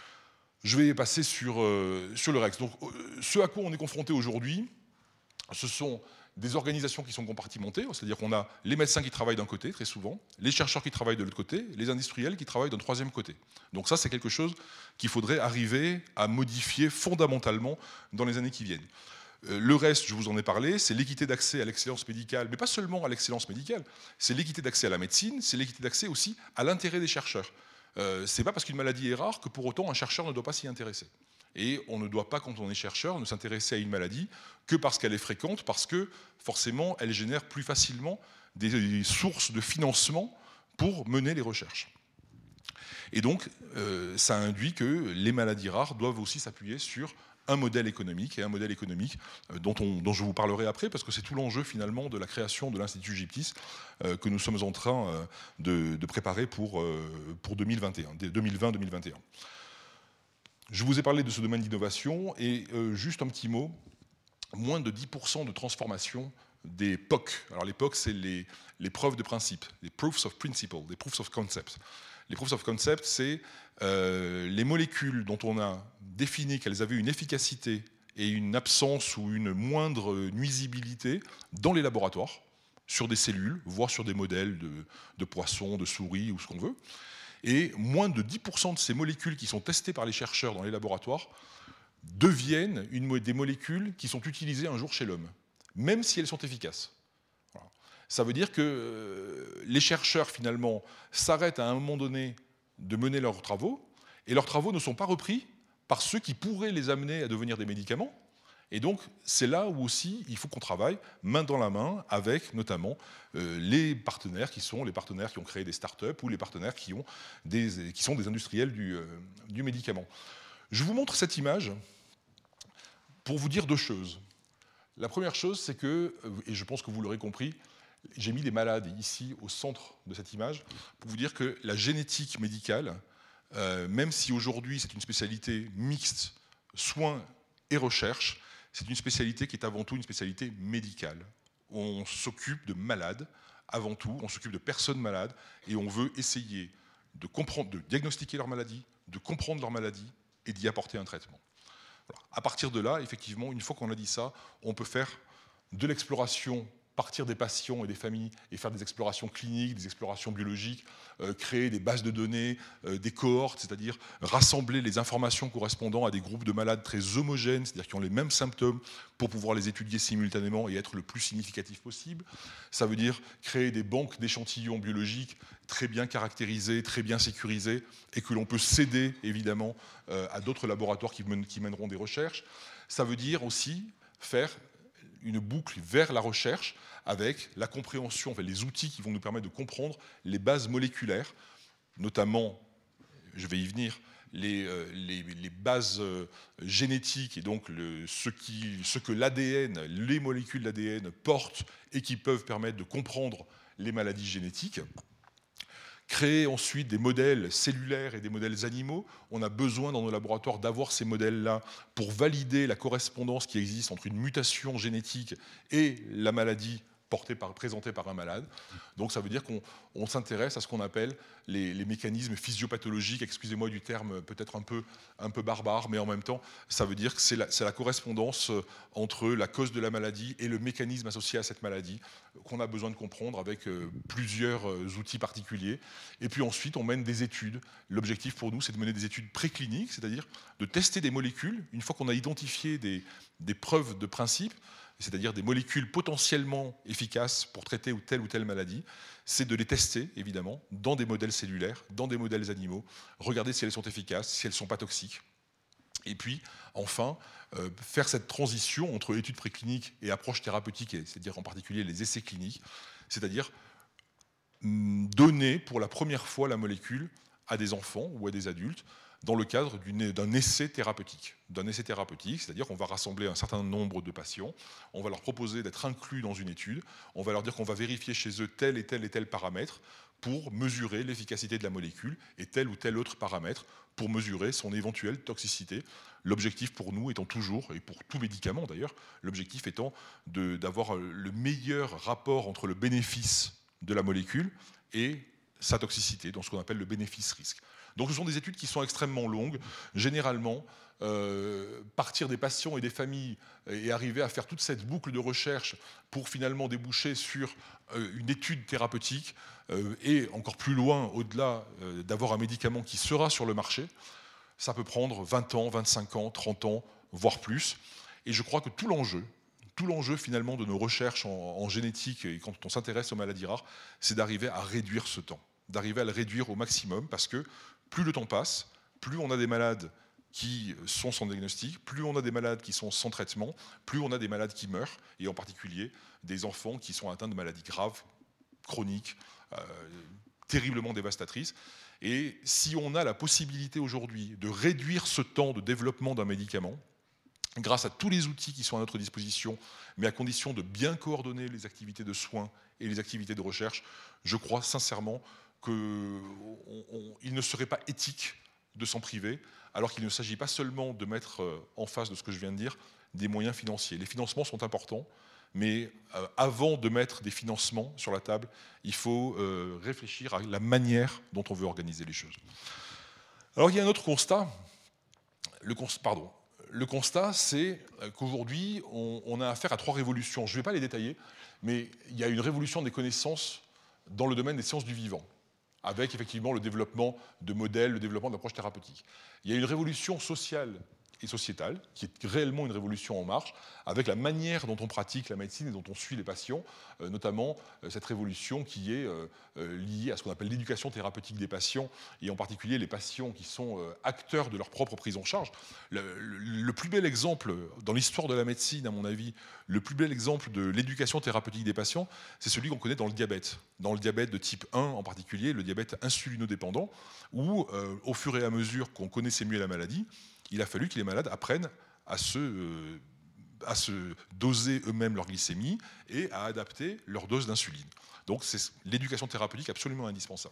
Je vais passer sur le Rex. Donc, ce à quoi on est confronté aujourd'hui, ce sont des organisations qui sont compartimentées, c'est-à-dire qu'on a les médecins qui travaillent d'un côté, très souvent, les chercheurs qui travaillent de l'autre côté, les industriels qui travaillent d'un troisième côté. Donc ça, c'est quelque chose qu'il faudrait arriver à modifier fondamentalement dans les années qui viennent. Le reste, je vous en ai parlé, c'est l'équité d'accès à l'excellence médicale, mais pas seulement à l'excellence médicale, c'est l'équité d'accès à la médecine, c'est l'équité d'accès aussi à l'intérêt des chercheurs. C'est pas parce qu'une maladie est rare que pour autant un chercheur ne doit pas s'y intéresser. Et on ne doit pas, quand on est chercheur, ne s'intéresser à une maladie que parce qu'elle est fréquente, parce que forcément elle génère plus facilement des sources de financement pour mener les recherches. Et donc ça induit que les maladies rares doivent aussi s'appuyer sur un modèle économique, et un modèle économique dont je vous parlerai après, parce que c'est tout l'enjeu finalement de la création de l'Institut Gyptis que nous sommes en train de préparer pour 2020-2021. Je vous ai parlé de ce domaine d'innovation, et juste un petit mot, moins de 10% de transformation des POC. Alors les POC, c'est les preuves de principe, les proofs of principle, les proofs of concept. Les proofs of concept, c'est les molécules dont on a défini qu'elles avaient une efficacité et une absence ou une moindre nuisibilité dans les laboratoires, sur des cellules, voire sur des modèles de poissons, de souris ou ce qu'on veut. Et moins de 10% de ces molécules qui sont testées par les chercheurs dans les laboratoires deviennent des molécules qui sont utilisées un jour chez l'homme, même si elles sont efficaces. Voilà. Ça veut dire que les chercheurs, finalement, s'arrêtent à un moment donné de mener leurs travaux, et leurs travaux ne sont pas repris par ceux qui pourraient les amener à devenir des médicaments. Et donc, c'est là où aussi il faut qu'on travaille main dans la main avec notamment les partenaires qui sont les partenaires qui ont créé des startups ou les partenaires qui sont des industriels du médicament. Je vous montre cette image pour vous dire deux choses. La première chose, c'est que, et je pense que vous l'aurez compris, j'ai mis les malades ici au centre de cette image pour vous dire que la génétique médicale, même si aujourd'hui c'est une spécialité mixte, soins et recherche, c'est une spécialité qui est avant tout une spécialité médicale. On s'occupe de malades avant tout, on s'occupe de personnes malades et on veut essayer de comprendre, de diagnostiquer leur maladie, de comprendre leur maladie et d'y apporter un traitement. Voilà. À partir de là, effectivement, une fois qu'on a dit ça, on peut faire de l'exploration, partir des patients et des familles et faire des explorations cliniques, des explorations biologiques, créer des bases de données, des cohortes, c'est-à-dire rassembler les informations correspondant à des groupes de malades très homogènes, c'est-à-dire qui ont les mêmes symptômes, pour pouvoir les étudier simultanément et être le plus significatif possible. Ça veut dire créer des banques d'échantillons biologiques très bien caractérisées, très bien sécurisées, et que l'on peut céder évidemment à d'autres laboratoires qui mèneront des recherches. Ça veut dire aussi faire une boucle vers la recherche avec la compréhension, enfin, les outils qui vont nous permettre de comprendre les bases moléculaires, notamment, je vais y venir, les bases génétiques et donc ce que l'ADN, les molécules d'ADN portent et qui peuvent permettre de comprendre les maladies génétiques. Créer ensuite des modèles cellulaires et des modèles animaux. On a besoin dans nos laboratoires d'avoir ces modèles-là pour valider la correspondance qui existe entre une mutation génétique et la maladie présentée par un malade. Donc ça veut dire qu'on s'intéresse à ce qu'on appelle les mécanismes physiopathologiques, excusez-moi du terme peut-être un peu barbare, mais en même temps, ça veut dire que c'est la correspondance entre la cause de la maladie et le mécanisme associé à cette maladie qu'on a besoin de comprendre avec plusieurs outils particuliers. Et puis ensuite, on mène des études. L'objectif pour nous, c'est de mener des études précliniques, c'est-à-dire de tester des molécules, une fois qu'on a identifié des preuves de principe, c'est-à-dire des molécules potentiellement efficaces pour traiter ou telle maladie, c'est de les tester, évidemment, dans des modèles cellulaires, dans des modèles animaux, regarder si elles sont efficaces, si elles ne sont pas toxiques. Et puis, enfin, faire cette transition entre études précliniques et approches thérapeutiques, c'est-à-dire en particulier les essais cliniques, c'est-à-dire donner pour la première fois la molécule à des enfants ou à des adultes, dans le cadre d'un essai thérapeutique. C'est-à-dire qu'on va rassembler un certain nombre de patients, on va leur proposer d'être inclus dans une étude, on va leur dire qu'on va vérifier chez eux tel et tel paramètre pour mesurer l'efficacité de la molécule et tel ou tel autre paramètre pour mesurer son éventuelle toxicité. L'objectif pour nous étant toujours, et pour tout médicament d'ailleurs, l'objectif étant d'avoir le meilleur rapport entre le bénéfice de la molécule et sa toxicité, dans ce qu'on appelle le bénéfice-risque. Donc ce sont des études qui sont extrêmement longues. Généralement, partir des patients et des familles et arriver à faire toute cette boucle de recherche pour finalement déboucher sur une étude thérapeutique et encore plus loin, au-delà, d'avoir un médicament qui sera sur le marché, ça peut prendre 20 ans, 25 ans, 30 ans, voire plus. Et je crois que tout l'enjeu finalement de nos recherches en génétique et quand on s'intéresse aux maladies rares, c'est d'arriver à réduire ce temps, d'arriver à le réduire au maximum parce que plus le temps passe, plus on a des malades qui sont sans diagnostic, plus on a des malades qui sont sans traitement, plus on a des malades qui meurent, et en particulier des enfants qui sont atteints de maladies graves, chroniques, terriblement dévastatrices. Et si on a la possibilité aujourd'hui de réduire ce temps de développement d'un médicament, grâce à tous les outils qui sont à notre disposition, mais à condition de bien coordonner les activités de soins et les activités de recherche, je crois sincèrement qu'il ne serait pas éthique de s'en priver, alors qu'il ne s'agit pas seulement de mettre en face de ce que je viens de dire des moyens financiers. Les financements sont importants, mais avant de mettre des financements sur la table, il faut réfléchir à la manière dont on veut organiser les choses. Alors il y a un autre constat. Le constat, c'est qu'aujourd'hui, on a affaire à 3 révolutions. Je ne vais pas les détailler, mais il y a une révolution des connaissances dans le domaine des sciences du vivant, avec effectivement le développement de modèles, le développement d'approches thérapeutiques. Il y a une révolution sociale et sociétale, qui est réellement une révolution en marche, avec la manière dont on pratique la médecine et dont on suit les patients, notamment cette révolution qui est liée à ce qu'on appelle l'éducation thérapeutique des patients, et en particulier les patients qui sont acteurs de leur propre prise en charge. Le plus bel exemple dans l'histoire de la médecine, à mon avis, le plus bel exemple de l'éducation thérapeutique des patients, c'est celui qu'on connaît dans le diabète. Dans le diabète de type 1 en particulier, le diabète insulinodépendant, où au fur et à mesure qu'on connaissait mieux la maladie, il a fallu que les malades apprennent à se doser eux-mêmes leur glycémie et à adapter leur dose d'insuline. Donc c'est l'éducation thérapeutique absolument indispensable.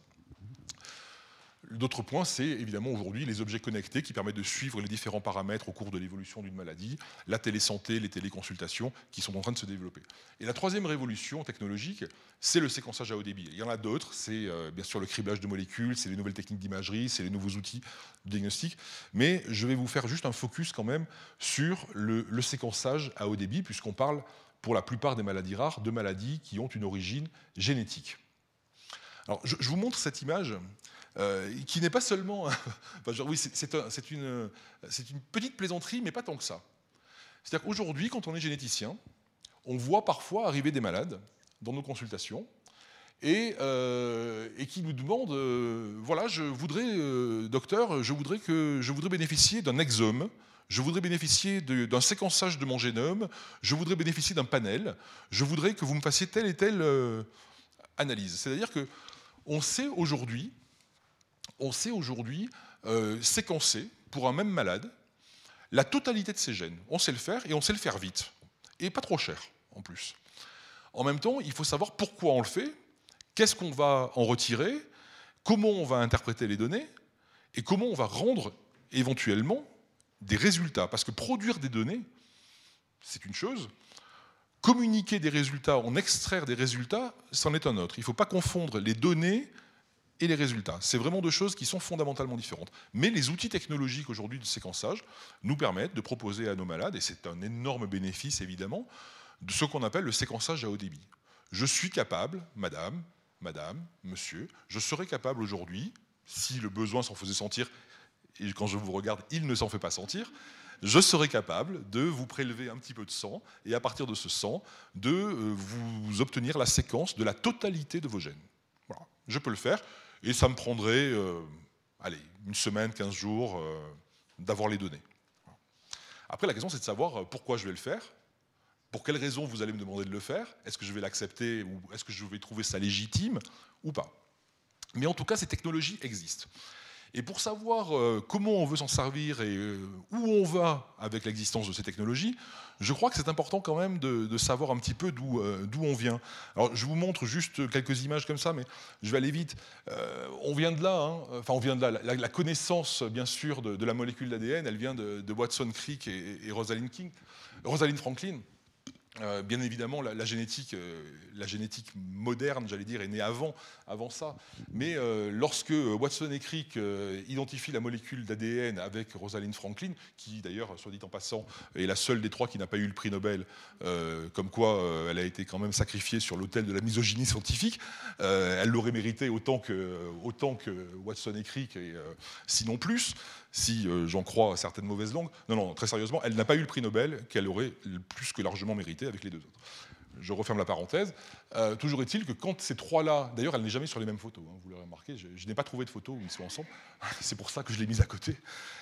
D'autres points, c'est évidemment aujourd'hui les objets connectés qui permettent de suivre les différents paramètres au cours de l'évolution d'une maladie, la télésanté, les téléconsultations qui sont en train de se développer. Et la troisième révolution technologique, c'est le séquençage à haut débit. Il y en a d'autres, c'est bien sûr le criblage de molécules, c'est les nouvelles techniques d'imagerie, c'est les nouveaux outils de diagnostic, mais je vais vous faire juste un focus quand même sur le séquençage à haut débit, puisqu'on parle pour la plupart des maladies rares de maladies qui ont une origine génétique. Alors je vous montre cette image qui n'est pas seulement... enfin, genre, oui, c'est une petite plaisanterie, mais pas tant que ça. C'est-à-dire qu'aujourd'hui, quand on est généticien, on voit parfois arriver des malades dans nos consultations et qui nous demandent voilà, docteur, je voudrais bénéficier d'un exome, je voudrais bénéficier d'un séquençage de mon génome, je voudrais bénéficier d'un panel, je voudrais que vous me fassiez telle et telle analyse. C'est-à-dire qu'on sait aujourd'hui séquencer pour un même malade la totalité de ses gènes. On sait le faire et on sait le faire vite. Et pas trop cher en plus. En même temps, il faut savoir pourquoi on le fait, qu'est-ce qu'on va en retirer, comment on va interpréter les données et comment on va rendre éventuellement des résultats. Parce que produire des données, c'est une chose. Communiquer des résultats, en extraire des résultats, c'en est un autre. Il ne faut pas confondre les données et les résultats. C'est vraiment deux choses qui sont fondamentalement différentes. Mais les outils technologiques aujourd'hui de séquençage nous permettent de proposer à nos malades, et c'est un énorme bénéfice évidemment, de ce qu'on appelle le séquençage à haut débit. Je suis capable, madame, monsieur, je serais capable aujourd'hui, si le besoin s'en faisait sentir, et quand je vous regarde, il ne s'en fait pas sentir, je serais capable de vous prélever un petit peu de sang, et à partir de ce sang, de vous obtenir la séquence de la totalité de vos gènes. Voilà. Je peux le faire. Et ça me prendrait, une semaine, 15 jours d'avoir les données. Après, la question, c'est de savoir pourquoi je vais le faire, pour quelles raisons vous allez me demander de le faire, est-ce que je vais l'accepter ou est-ce que je vais trouver ça légitime ou pas. Mais en tout cas, ces technologies existent. Et pour savoir comment on veut s'en servir et où on va avec l'existence de ces technologies, je crois que c'est important quand même de savoir un petit peu d'où on vient. Alors je vous montre juste quelques images comme ça, mais je vais aller vite. On vient de là, on vient de là. La connaissance, bien sûr, de la molécule d'ADN, elle vient de Watson Crick et Rosalind Franklin. Bien évidemment, la génétique moderne, j'allais dire, est née avant ça. Mais lorsque Watson et Crick identifient la molécule d'ADN avec Rosalind Franklin, qui d'ailleurs, soit dit en passant, est la seule des trois qui n'a pas eu le prix Nobel, comme quoi elle a été quand même sacrifiée sur l'autel de la misogynie scientifique, elle l'aurait mérité autant que Watson et Crick, et sinon plus. Si j'en crois à certaines mauvaises langues. Non, très sérieusement, elle n'a pas eu le prix Nobel qu'elle aurait plus que largement mérité avec les deux autres. Je referme la parenthèse. Toujours est-il que quand ces trois-là, d'ailleurs, elle n'est jamais sur les mêmes photos, vous l'aurez remarqué, je n'ai pas trouvé de photos où ils sont ensemble, c'est pour ça que je l'ai mise à côté.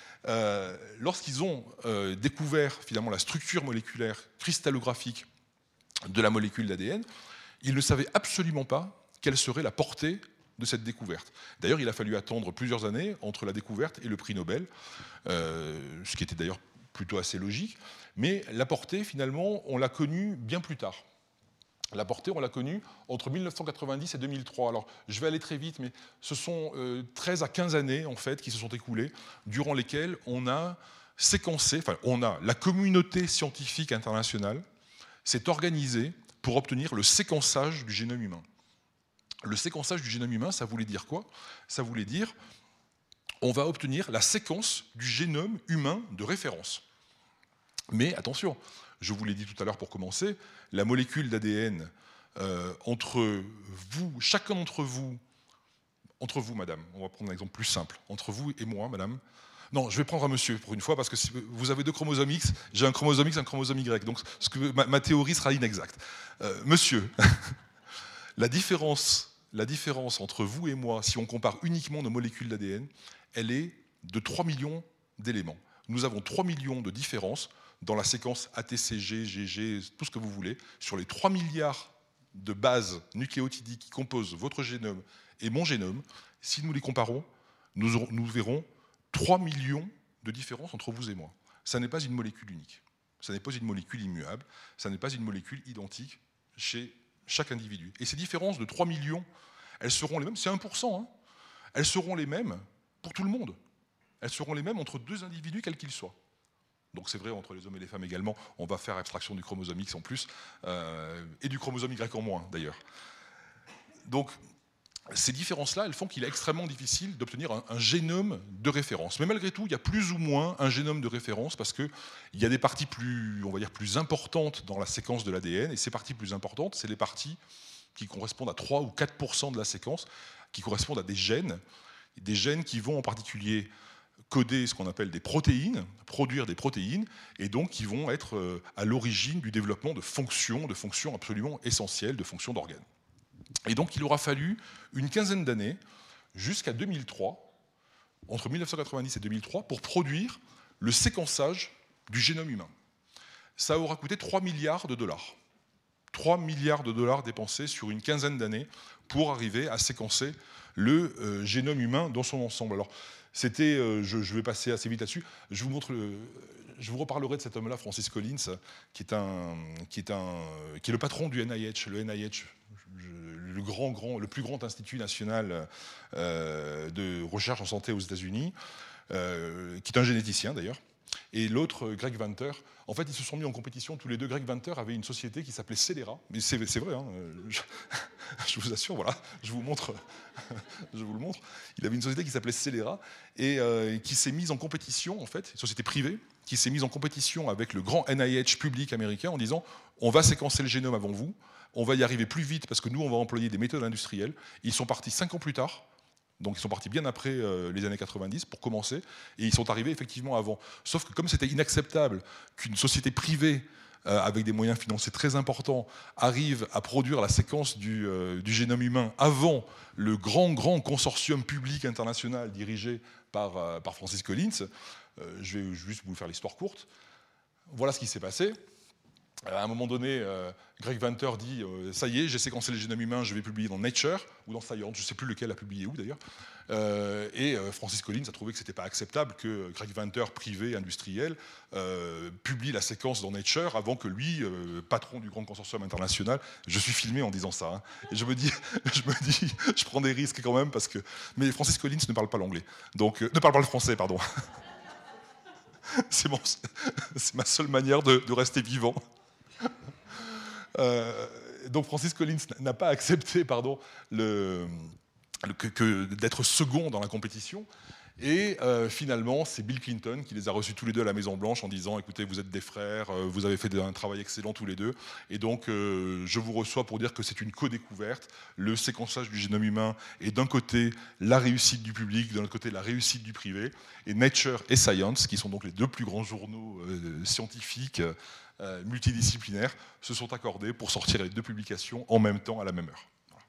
Lorsqu'ils ont découvert finalement la structure moléculaire cristallographique de la molécule d'ADN, ils ne savaient absolument pas quelle serait la portée de cette découverte. D'ailleurs, il a fallu attendre plusieurs années entre la découverte et le prix Nobel, ce qui était d'ailleurs plutôt assez logique, mais la portée, finalement, on l'a connue bien plus tard. La portée, on l'a connue entre 1990 et 2003. Alors, je vais aller très vite, mais ce sont 13 à 15 années, en fait, qui se sont écoulées, durant lesquelles on a séquencé, la communauté scientifique internationale s'est organisée pour obtenir le séquençage du génome humain. Le séquençage du génome humain, ça voulait dire quoi? Ça voulait dire on va obtenir la séquence du génome humain de référence. Mais attention, je vous l'ai dit tout à l'heure pour commencer, la molécule d'ADN entre vous, chacun d'entre vous, madame, on va prendre un exemple plus simple, entre vous et moi, madame. Non, je vais prendre un monsieur pour une fois, parce que si vous avez deux chromosomes X, j'ai un chromosome X, un chromosome Y, donc ma théorie sera inexacte. Monsieur, la différence entre vous et moi, si on compare uniquement nos molécules d'ADN, elle est de 3 millions d'éléments. Nous avons 3 millions de différences dans la séquence ATCG, GG, tout ce que vous voulez, sur les 3 milliards de bases nucléotidiques qui composent votre génome et mon génome. Si nous les comparons, nous verrons 3 millions de différences entre vous et moi. Ça n'est pas une molécule unique, ça n'est pas une molécule immuable, ça n'est pas une molécule identique chez chaque individu. Et ces différences de 3 millions, elles seront les mêmes, c'est 1%, elles seront les mêmes pour tout le monde. Elles seront les mêmes entre deux individus, quels qu'ils soient. Donc c'est vrai entre les hommes et les femmes également, on va faire abstraction du chromosome X en plus, et du chromosome Y en moins d'ailleurs. Donc ces différences-là, elles font qu'il est extrêmement difficile d'obtenir un génome de référence. Mais malgré tout, il y a plus ou moins un génome de référence parce qu'il y a des parties plus importantes dans la séquence de l'ADN, et ces parties plus importantes, c'est les parties qui correspondent à 3 ou 4% de la séquence, qui correspondent à des gènes qui vont en particulier coder ce qu'on appelle des protéines, produire des protéines, et donc qui vont être à l'origine du développement de fonctions absolument essentielles, de fonctions d'organes. Et donc il aura fallu une quinzaine d'années, jusqu'à 2003, entre 1990 et 2003, pour produire le séquençage du génome humain. Ça aura coûté 3 milliards de dollars. 3 milliards de dollars dépensés sur une quinzaine d'années pour arriver à séquencer le génome humain dans son ensemble. Alors, je vais passer assez vite là-dessus. Je vous reparlerai de cet homme-là, Francis Collins, qui est le patron du NIH. Le NIH, le plus grand institut national de recherche en santé aux États-Unis, qui est un généticien d'ailleurs. Et l'autre, Greg Venter, en fait, ils se sont mis en compétition tous les deux. Greg Venter avait une société qui s'appelait Celera, mais c'est vrai, hein, je vous assure, voilà, je vous le montre. Il avait une société qui s'appelait Celera et qui s'est mise en compétition, en fait, une société privée, qui s'est mise en compétition avec le grand NIH public américain en disant on va séquencer le génome avant vous, on va y arriver plus vite parce que nous, on va employer des méthodes industrielles. Ils sont partis 5 ans plus tard. Donc ils sont partis bien après les années 90 pour commencer, et ils sont arrivés effectivement avant. Sauf que comme c'était inacceptable qu'une société privée avec des moyens financiers très importants arrive à produire la séquence du génome humain avant le grand consortium public international dirigé par Francis Collins, je vais juste vous faire l'histoire courte. Voilà ce qui s'est passé. À un moment donné, Greg Venter dit ça y est, j'ai séquencé le génome humain, je vais publier dans Nature ou dans Science, je ne sais plus lequel a publié où d'ailleurs. Et Francis Collins a trouvé que ce n'était pas acceptable que Greg Venter, privé, industriel, publie la séquence dans Nature avant que lui, patron du grand consortium international, je suis filmé en disant ça. Hein, et je me dis, je prends des risques quand même parce que. Mais Francis Collins ne parle pas l'anglais, donc ne parle pas le français, pardon. C'est ma seule manière de rester vivant. Donc Francis Collins n'a pas accepté d'être second dans la compétition. Et finalement, c'est Bill Clinton qui les a reçus tous les deux à la Maison-Blanche en disant « Écoutez, vous êtes des frères, vous avez fait un travail excellent tous les deux, et donc je vous reçois pour dire que c'est une co-découverte. Le séquençage du génome humain est d'un côté la réussite du public, de l'autre côté la réussite du privé. Et Nature et Science, qui sont donc les deux plus grands journaux scientifiques multidisciplinaires, se sont accordés pour sortir les deux publications en même temps à la même heure. »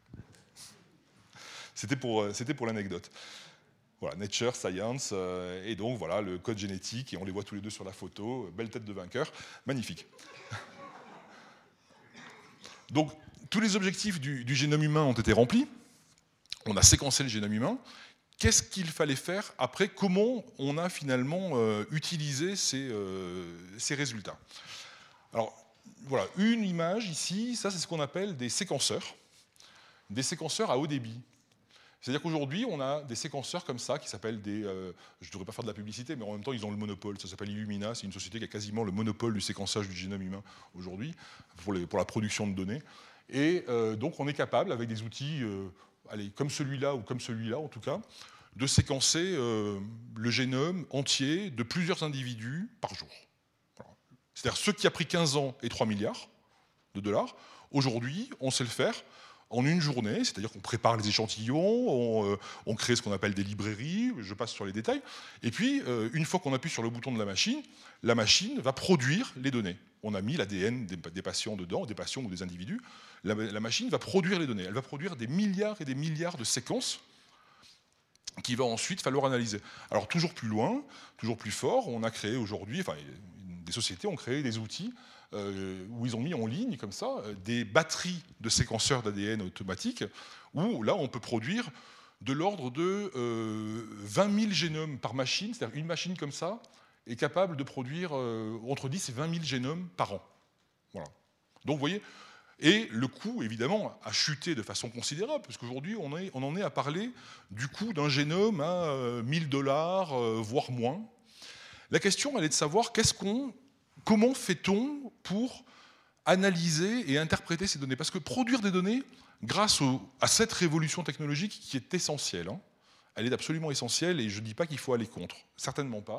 Voilà. C'était pour l'anecdote. Voilà, Nature, Science, et donc voilà le code génétique, et on les voit tous les deux sur la photo, belle tête de vainqueur, magnifique. Donc tous les objectifs du génome humain ont été remplis, on a séquencé le génome humain. Qu'est-ce qu'il fallait faire après? Comment on a finalement utilisé ces résultats? Alors voilà, une image ici, ça c'est ce qu'on appelle des séquenceurs à haut débit. C'est-à-dire qu'aujourd'hui, on a des séquenceurs comme ça qui s'appellent je ne devrais pas faire de la publicité, mais en même temps, ils ont le monopole. Ça s'appelle Illumina, c'est une société qui a quasiment le monopole du séquençage du génome humain aujourd'hui pour la production de données. Et donc, on est capable, avec des outils comme celui-là ou comme celui-là en tout cas, de séquencer le génome entier de plusieurs individus par jour. Voilà. C'est-à-dire ce qui a pris 15 ans et 3 milliards de dollars, aujourd'hui, on sait le faire en une journée, c'est-à-dire qu'on prépare les échantillons, on crée ce qu'on appelle des librairies, je passe sur les détails, et puis une fois qu'on appuie sur le bouton de la machine va produire les données. On a mis l'ADN des patients dedans, des patients ou des individus, la machine va produire les données, elle va produire des milliards et des milliards de séquences qu'il va ensuite falloir analyser. Alors toujours plus loin, toujours plus fort, on a créé aujourd'hui, enfin des sociétés ont créé des outils où ils ont mis en ligne, comme ça, des batteries de séquenceurs d'ADN automatiques, où là, on peut produire de l'ordre de 20 000 génomes par machine, c'est-à-dire une machine comme ça est capable de produire entre 10 et 20 000 génomes par an. Voilà. Donc, vous voyez, et le coût, évidemment, a chuté de façon considérable, parce qu'aujourd'hui, on en est à parler du coût d'un génome à $1000, voire moins. La question, elle est de savoir comment fait-on pour analyser et interpréter ces données? Parce que produire des données, grâce à cette révolution technologique qui est essentielle, hein, elle est absolument essentielle, et je ne dis pas qu'il faut aller contre, certainement pas.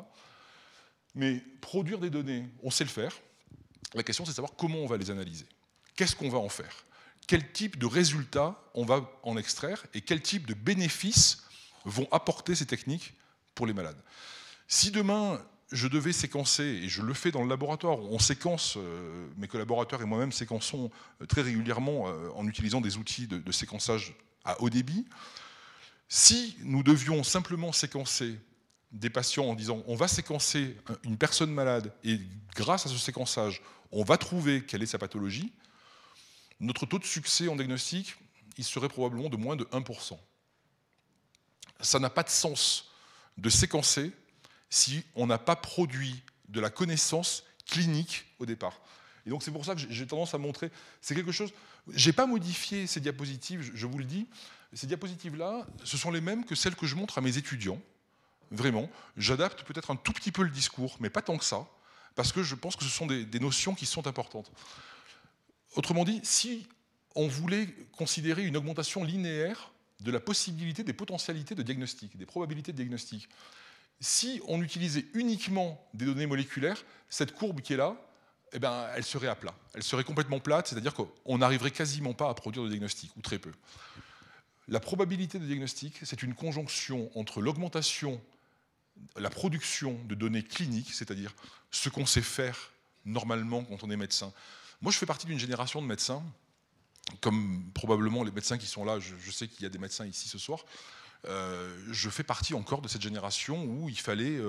Mais produire des données, on sait le faire. La question, c'est de savoir comment on va les analyser. Qu'est-ce qu'on va en faire? Quel type de résultats on va en extraire? Et quel type de bénéfices vont apporter ces techniques pour les malades? Si demain, je devais séquencer, et je le fais dans le laboratoire, on séquence, mes collaborateurs et moi-même séquençons très régulièrement en utilisant des outils de séquençage à haut débit. Si nous devions simplement séquencer des patients en disant on va séquencer une personne malade et grâce à ce séquençage, on va trouver quelle est sa pathologie, notre taux de succès en diagnostic, il serait probablement de moins de 1%. Ça n'a pas de sens de séquencer si on n'a pas produit de la connaissance clinique au départ. Et donc c'est pour ça que j'ai tendance à montrer, c'est quelque chose, je n'ai pas modifié ces diapositives, je vous le dis, ces diapositives-là, ce sont les mêmes que celles que je montre à mes étudiants, vraiment. J'adapte peut-être un tout petit peu le discours, mais pas tant que ça, parce que je pense que ce sont des notions qui sont importantes. Autrement dit, si on voulait considérer une augmentation linéaire de la possibilité des potentialités de diagnostic, des probabilités de diagnostic, si on utilisait uniquement des données moléculaires, cette courbe qui est là, eh ben, elle serait à plat. Elle serait complètement plate, c'est-à-dire qu'on n'arriverait quasiment pas à produire de diagnostic, ou très peu. La probabilité de diagnostic, c'est une conjonction entre l'augmentation, la production de données cliniques, c'est-à-dire ce qu'on sait faire normalement quand on est médecin. Moi, je fais partie d'une génération de médecins, comme probablement les médecins qui sont là, je sais qu'il y a des médecins ici ce soir, je fais partie encore de cette génération où il fallait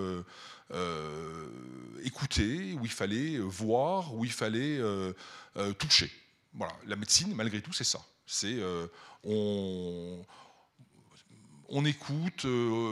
écouter, où il fallait voir, où il fallait toucher. Voilà, la médecine, malgré tout, c'est ça. C'est on écoute,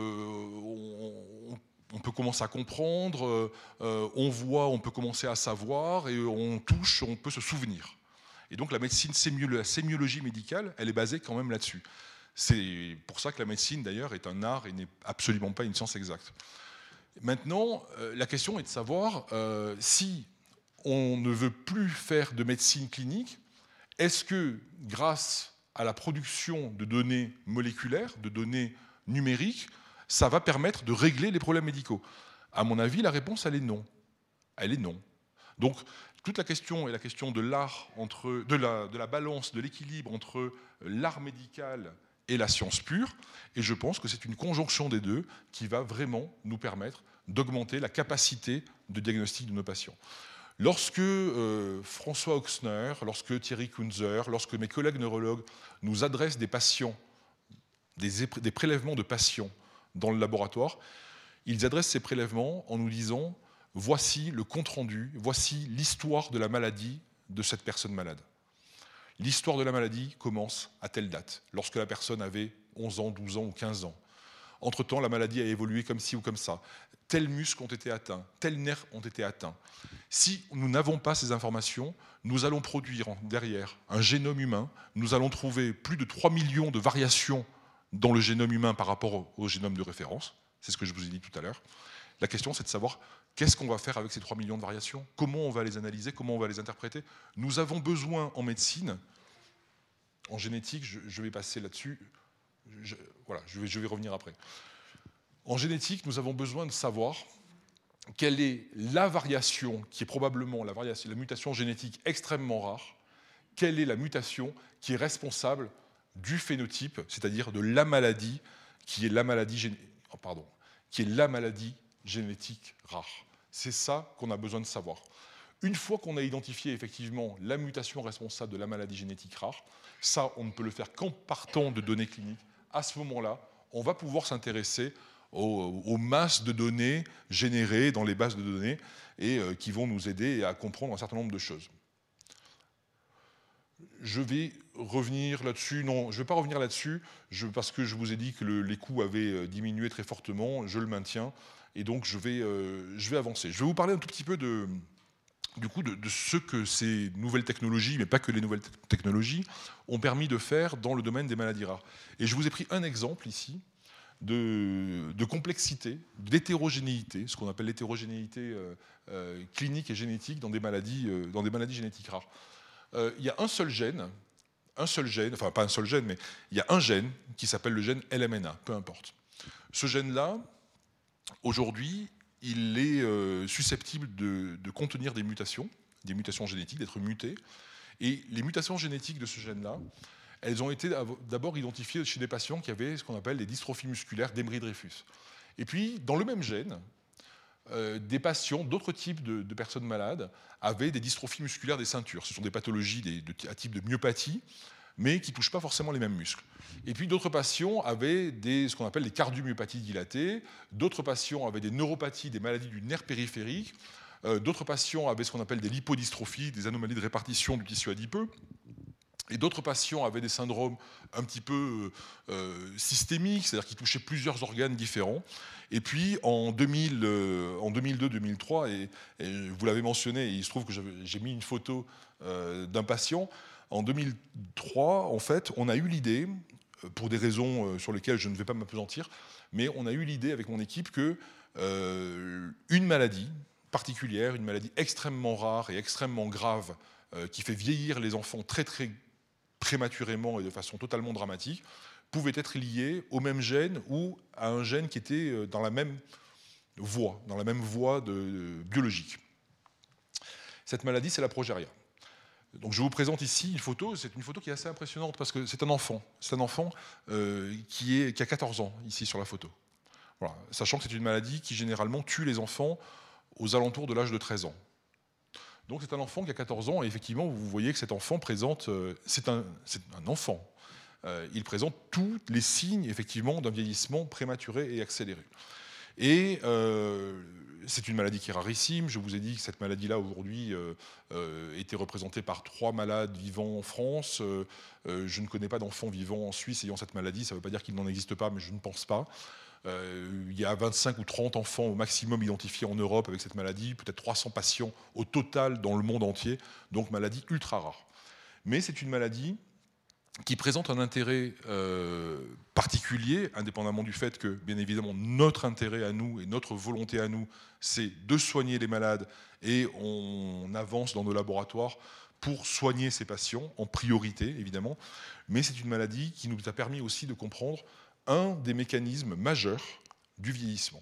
on peut commencer à comprendre, on voit, on peut commencer à savoir, et on touche, on peut se souvenir. Et donc la médecine, la sémiologie médicale, elle est basée quand même là-dessus. C'est pour ça que la médecine, d'ailleurs, est un art et n'est absolument pas une science exacte. Maintenant, la question est de savoir si on ne veut plus faire de médecine clinique, est-ce que, grâce à la production de données moléculaires, de données numériques, ça va permettre de régler les problèmes médicaux? À mon avis, la réponse, elle est non. Elle est non. Donc, toute la question est la question de l'art, de la balance, de l'équilibre entre l'art médical et la science pure, et je pense que c'est une conjonction des deux qui va vraiment nous permettre d'augmenter la capacité de diagnostic de nos patients. Lorsque François Oxner, lorsque Thierry Kunzer, lorsque mes collègues neurologues nous adressent des patients, des prélèvements de patients dans le laboratoire, ils adressent ces prélèvements en nous disant « voici le compte-rendu, voici l'histoire de la maladie de cette personne malade ». L'histoire de la maladie commence à telle date, lorsque la personne avait 11 ans, 12 ans ou 15 ans. Entre-temps, la maladie a évolué comme ci ou comme ça. Tels muscles ont été atteints, tels nerfs ont été atteints. Si nous n'avons pas ces informations, nous allons produire derrière un génome humain, nous allons trouver plus de 3 millions de variations dans le génome humain par rapport au génome de référence. C'est ce que je vous ai dit tout à l'heure. La question, c'est de savoir qu'est-ce qu'on va faire avec ces 3 millions de variations, comment on va les analyser, comment on va les interpréter. Nous avons besoin en médecine, en génétique, je vais passer là-dessus, je vais revenir après. En génétique, nous avons besoin de savoir quelle est la variation qui est probablement la mutation génétique extrêmement rare, quelle est la mutation qui est responsable du phénotype, c'est-à-dire de la maladie qui est la maladie génétique rare. C'est ça qu'on a besoin de savoir. Une fois qu'on a identifié effectivement la mutation responsable de la maladie génétique rare, ça, on ne peut le faire qu'en partant de données cliniques. À ce moment-là, on va pouvoir s'intéresser aux masses de données générées dans les bases de données et qui vont nous aider à comprendre un certain nombre de choses. Je vais revenir là-dessus. Non, je ne vais pas revenir là-dessus parce que je vous ai dit que les coûts avaient diminué très fortement. Je le maintiens et donc je vais avancer. Je vais vous parler un tout petit peu de ce que ces nouvelles technologies, mais pas que les nouvelles technologies, ont permis de faire dans le domaine des maladies rares. Et je vous ai pris un exemple ici de complexité, d'hétérogénéité, ce qu'on appelle l'hétérogénéité clinique et génétique dans des maladies génétiques rares. Il y a un seul gène, enfin pas un seul gène, mais il y a un gène qui s'appelle le gène LMNA, peu importe. Ce gène-là, aujourd'hui, il est susceptible de contenir des mutations génétiques, d'être muté. Et les mutations génétiques de ce gène-là, elles ont été d'abord identifiées chez des patients qui avaient ce qu'on appelle des dystrophies musculaires d'Emery-Dreifuss. Et puis, dans le même gène, des patients, d'autres types de personnes malades, avaient des dystrophies musculaires des ceintures. Ce sont des pathologies à type de myopathie, mais qui ne touchent pas forcément les mêmes muscles. Et puis d'autres patients avaient ce qu'on appelle des cardiomyopathies dilatées, d'autres patients avaient des neuropathies, des maladies du nerf périphérique, d'autres patients avaient ce qu'on appelle des lipodystrophies, des anomalies de répartition du tissu adipeux, et d'autres patients avaient des syndromes un petit peu systémiques, c'est-à-dire qui touchaient plusieurs organes différents. Et puis en 2002-2003, et vous l'avez mentionné, et il se trouve que j'ai mis une photo d'un patient, en 2003, en fait, on a eu l'idée, pour des raisons sur lesquelles je ne vais pas m'appesantir, mais on a eu l'idée avec mon équipe que une maladie particulière, une maladie extrêmement rare et extrêmement grave, qui fait vieillir les enfants très très prématurément et de façon totalement dramatique, pouvait être liée au même gène ou à un gène qui était dans la même voie biologique. Cette maladie, c'est la progéria. Donc je vous présente ici une photo, c'est une photo qui est assez impressionnante parce que c'est un enfant qui a 14 ans ici sur la photo. Voilà. Sachant que c'est une maladie qui généralement tue les enfants aux alentours de l'âge de 13 ans. Donc c'est un enfant qui a 14 ans et effectivement vous voyez que cet enfant présente, c'est un enfant, il présente tous les signes effectivement d'un vieillissement prématuré et accéléré. Et c'est une maladie qui est rarissime. Je vous ai dit que cette maladie-là, aujourd'hui, était représentée par 3 malades vivants en France. Je ne connais pas d'enfants vivants en Suisse ayant cette maladie. Ça ne veut pas dire qu'il n'en existe pas, mais je ne pense pas. Il y a 25 ou 30 enfants au maximum identifiés en Europe avec cette maladie, peut-être 300 patients au total dans le monde entier, donc maladie ultra rare. Mais c'est une maladie qui présente un intérêt particulier, indépendamment du fait que, bien évidemment, notre intérêt à nous et notre volonté à nous, c'est de soigner les malades et on avance dans nos laboratoires pour soigner ces patients, en priorité, évidemment. Mais c'est une maladie qui nous a permis aussi de comprendre un des mécanismes majeurs du vieillissement.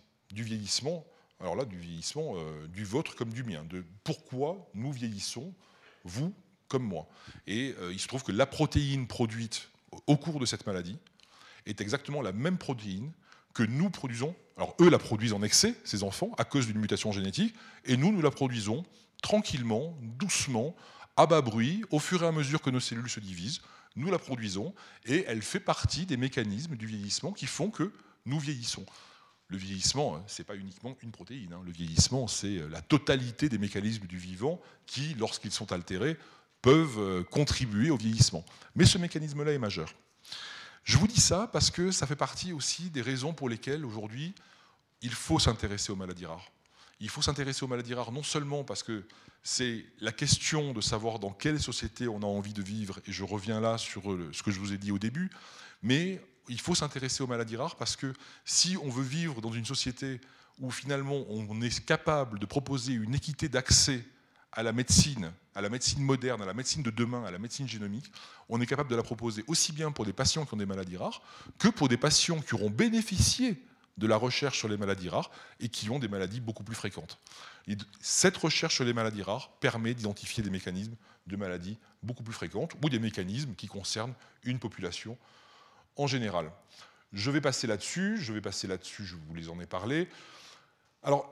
Alors là, du vieillissement du vôtre comme du mien, de pourquoi nous vieillissons, vous comme moi. Et il se trouve que la protéine produite au cours de cette maladie est exactement la même protéine que nous produisons. Alors eux la produisent en excès, ces enfants, à cause d'une mutation génétique, et nous la produisons tranquillement, doucement, à bas bruit, au fur et à mesure que nos cellules se divisent. Nous la produisons, et elle fait partie des mécanismes du vieillissement qui font que nous vieillissons. Le vieillissement, ce n'est pas uniquement une protéine. Le vieillissement, c'est la totalité des mécanismes du vivant qui, lorsqu'ils sont altérés, peuvent contribuer au vieillissement. Mais ce mécanisme-là est majeur. Je vous dis ça parce que ça fait partie aussi des raisons pour lesquelles, aujourd'hui, il faut s'intéresser aux maladies rares. Il faut s'intéresser aux maladies rares non seulement parce que c'est la question de savoir dans quelle société on a envie de vivre, et je reviens là sur ce que je vous ai dit au début, mais il faut s'intéresser aux maladies rares parce que si on veut vivre dans une société où finalement on est capable de proposer une équité d'accès à la médecine moderne, à la médecine de demain, à la médecine génomique, on est capable de la proposer aussi bien pour des patients qui ont des maladies rares que pour des patients qui auront bénéficié de la recherche sur les maladies rares et qui ont des maladies beaucoup plus fréquentes. Et cette recherche sur les maladies rares permet d'identifier des mécanismes de maladies beaucoup plus fréquentes ou des mécanismes qui concernent une population en général. Je vais passer là-dessus, je vous les en ai parlé. Alors,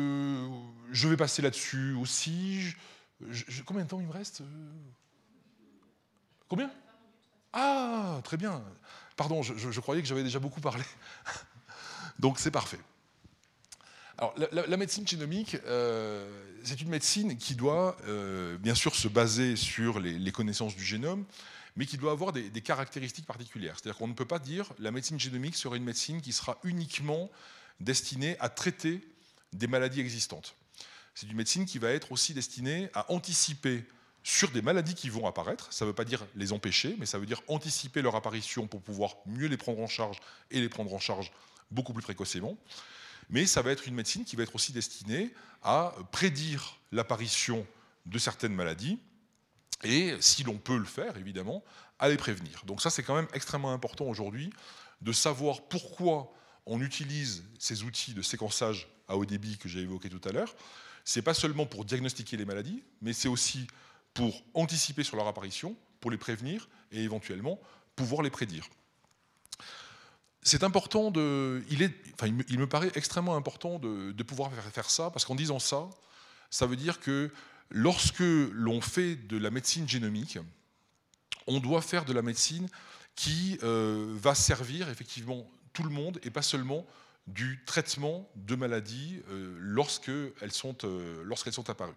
je vais passer là-dessus aussi. Combien de temps il me reste ? Combien ? Ah, très bien. Pardon, je croyais que j'avais déjà beaucoup parlé. Donc, c'est parfait. Alors, la médecine génomique, c'est une médecine qui doit, bien sûr, se baser sur les connaissances du génome, mais qui doit avoir des caractéristiques particulières. C'est-à-dire qu'on ne peut pas dire que la médecine génomique serait une médecine qui sera uniquement destinée à traiter des maladies existantes. C'est une médecine qui va être aussi destinée à anticiper sur des maladies qui vont apparaître. Ça ne veut pas dire les empêcher, mais ça veut dire anticiper leur apparition pour pouvoir mieux les prendre en charge et les prendre en charge beaucoup plus précocement. Mais ça va être une médecine qui va être aussi destinée à prédire l'apparition de certaines maladies et, si l'on peut le faire, évidemment, à les prévenir. Donc ça, c'est quand même extrêmement important aujourd'hui de savoir pourquoi on utilise ces outils de séquençage à haut débit que j'ai évoqués tout à l'heure. Ce n'est pas seulement pour diagnostiquer les maladies, mais c'est aussi pour anticiper sur leur apparition, pour les prévenir et éventuellement pouvoir les prédire. C'est important il me paraît extrêmement important de pouvoir faire ça, parce qu'en disant ça, ça veut dire que lorsque l'on fait de la médecine génomique, on doit faire de la médecine qui va servir effectivement tout le monde et pas seulement du traitement de maladies lorsqu'elles sont apparues.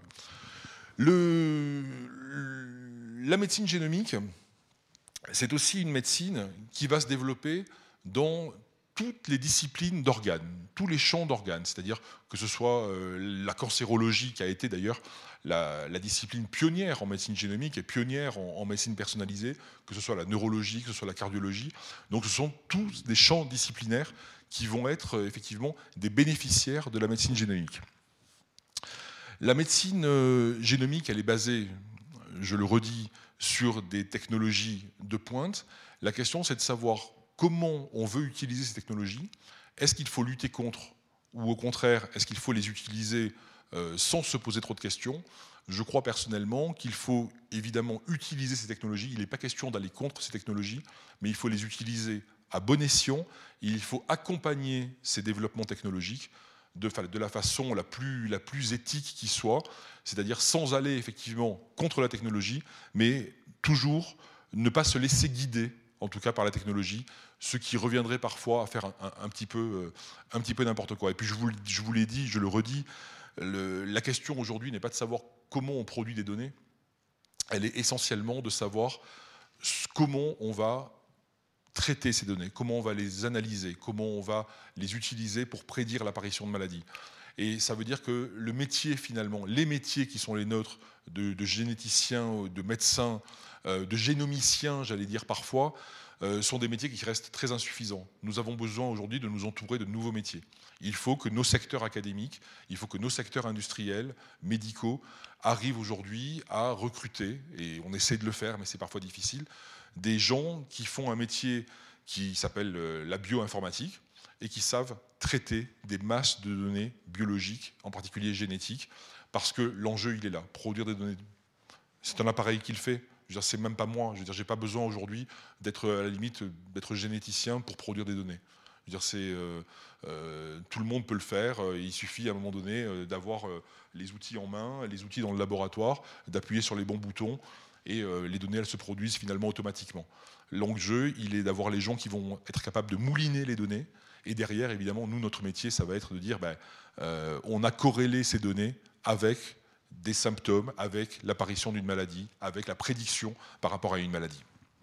La médecine génomique, c'est aussi une médecine qui va se développer dans toutes les disciplines d'organes, tous les champs d'organes, c'est-à-dire que ce soit la cancérologie, qui a été d'ailleurs la discipline pionnière en médecine génomique et pionnière en médecine personnalisée, que ce soit la neurologie, que ce soit la cardiologie. Donc ce sont tous des champs disciplinaires qui vont être effectivement des bénéficiaires de la médecine génomique. La médecine génomique, elle est basée, je le redis, sur des technologies de pointe. La question, c'est de savoir comment on veut utiliser ces technologies. Est-ce qu'il faut lutter contre, ou au contraire, est-ce qu'il faut les utiliser sans se poser trop de questions? Je crois personnellement qu'il faut évidemment utiliser ces technologies. Il n'est pas question d'aller contre ces technologies, mais il faut les utiliser à bon escient. Il faut accompagner ces développements technologiques de la façon la plus éthique qui soit, c'est-à-dire sans aller effectivement contre la technologie, mais toujours ne pas se laisser guider, en tout cas par la technologie, ce qui reviendrait parfois à faire un petit peu n'importe quoi. Et puis je vous l'ai dit, je le redis, la question aujourd'hui n'est pas de savoir comment on produit des données, elle est essentiellement de savoir comment on va traiter ces données, comment on va les analyser, comment on va les utiliser pour prédire l'apparition de maladies. Et ça veut dire que le métier finalement, les métiers qui sont les nôtres de généticiens, de médecins, de génomiciens, j'allais dire parfois, sont des métiers qui restent très insuffisants. Nous avons besoin aujourd'hui de nous entourer de nouveaux métiers. Il faut que nos secteurs académiques, il faut que nos secteurs industriels, médicaux, arrivent aujourd'hui à recruter, et on essaie de le faire, mais c'est parfois difficile, des gens qui font un métier qui s'appelle la bioinformatique et qui savent traiter des masses de données biologiques, en particulier génétiques, parce que l'enjeu, il est là. Produire des données, c'est un appareil qui le fait. Je veux dire, c'est même pas moi. Je veux dire, j'ai pas besoin aujourd'hui d'être à la limite d'être généticien pour produire des données. Je veux dire, tout le monde peut le faire. Il suffit à un moment donné d'avoir les outils en main, les outils dans le laboratoire, d'appuyer sur les bons boutons et les données, elles se produisent finalement automatiquement. L'enjeu, il est d'avoir les gens qui vont être capables de mouliner les données. Et derrière, évidemment, nous, notre métier, ça va être de dire, on a corrélé ces données avec des symptômes, avec l'apparition d'une maladie, avec la prédiction par rapport à une maladie.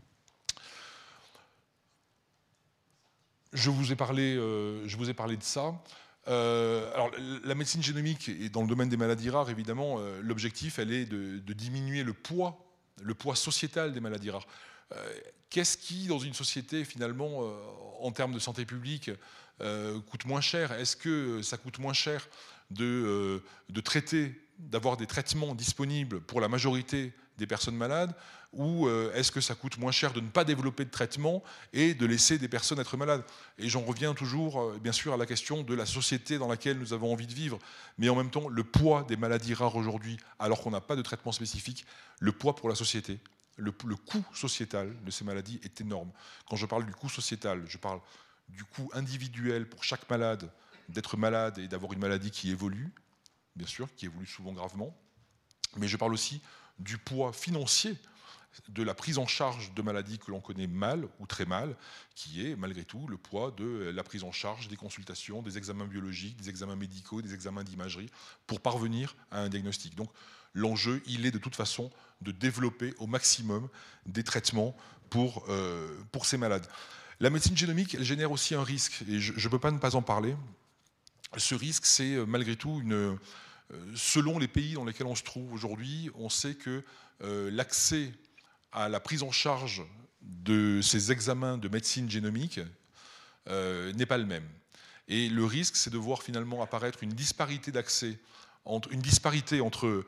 Je vous ai parlé de ça. Alors, la médecine génomique et dans le domaine des maladies rares, évidemment, l'objectif, elle est de diminuer le poids sociétal des maladies rares. Qu'est-ce qui, dans une société, finalement, en termes de santé publique, coûte moins cher? Est-ce que ça coûte moins cher de traiter, d'avoir des traitements disponibles pour la majorité des personnes malades, ou est-ce que ça coûte moins cher de ne pas développer de traitement et de laisser des personnes être malades? Et j'en reviens toujours, bien sûr, à la question de la société dans laquelle nous avons envie de vivre, mais en même temps, le poids des maladies rares aujourd'hui, alors qu'on n'a pas de traitement spécifique, le poids pour la société, le coût sociétal de ces maladies est énorme. Quand je parle du coût sociétal, je parle du coût individuel pour chaque malade, d'être malade et d'avoir une maladie qui évolue, bien sûr, qui évolue souvent gravement, mais je parle aussi du poids financier de la prise en charge de maladies que l'on connaît mal ou très mal, qui est malgré tout le poids de la prise en charge des consultations, des examens biologiques, des examens médicaux, des examens d'imagerie, pour parvenir à un diagnostic. Donc l'enjeu, il est de toute façon de développer au maximum des traitements pour ces malades. La médecine génomique, elle génère aussi un risque, et je ne peux pas ne pas en parler. Ce risque, c'est malgré tout selon les pays dans lesquels on se trouve aujourd'hui, on sait que l'accès à la prise en charge de ces examens de médecine génomique n'est pas le même. Et le risque, c'est de voir finalement apparaître une disparité d'accès, une disparité entre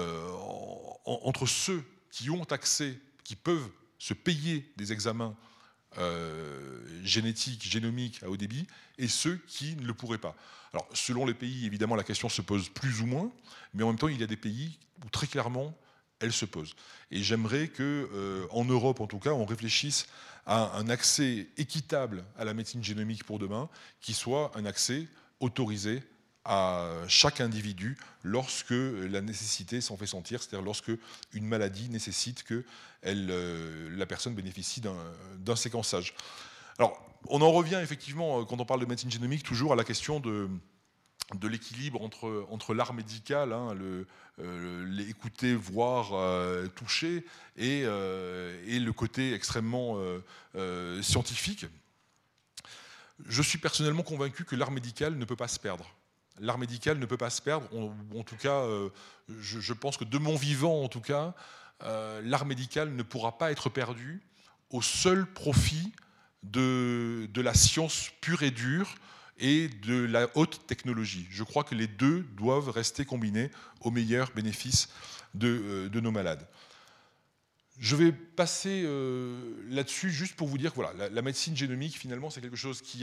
ceux qui ont accès, qui peuvent se payer des examens génétiques, génomiques à haut débit, et ceux qui ne le pourraient pas. Alors, selon les pays, évidemment, la question se pose plus ou moins, mais en même temps, il y a des pays où très clairement, elle se pose. Et j'aimerais qu'en Europe, en tout cas, on réfléchisse à un accès équitable à la médecine génomique pour demain, qui soit un accès autorisé à chaque individu lorsque la nécessité s'en fait sentir, c'est-à-dire lorsque une maladie nécessite que la personne bénéficie d'un séquençage. Alors, on en revient effectivement, quand on parle de médecine génomique, toujours à la question de l'équilibre entre l'art médical, hein, l'écouter, voir, toucher, et le côté extrêmement scientifique. Je suis personnellement convaincu que l'art médical ne peut pas se perdre. L'art médical ne peut pas se perdre. En tout cas, je pense que de mon vivant, en tout cas, l'art médical ne pourra pas être perdu au seul profit de la science pure et dure et de la haute technologie. Je crois que les deux doivent rester combinés au meilleur bénéfice de nos malades. Je vais passer là-dessus juste pour vous dire que voilà, la médecine génomique, finalement, c'est quelque chose qui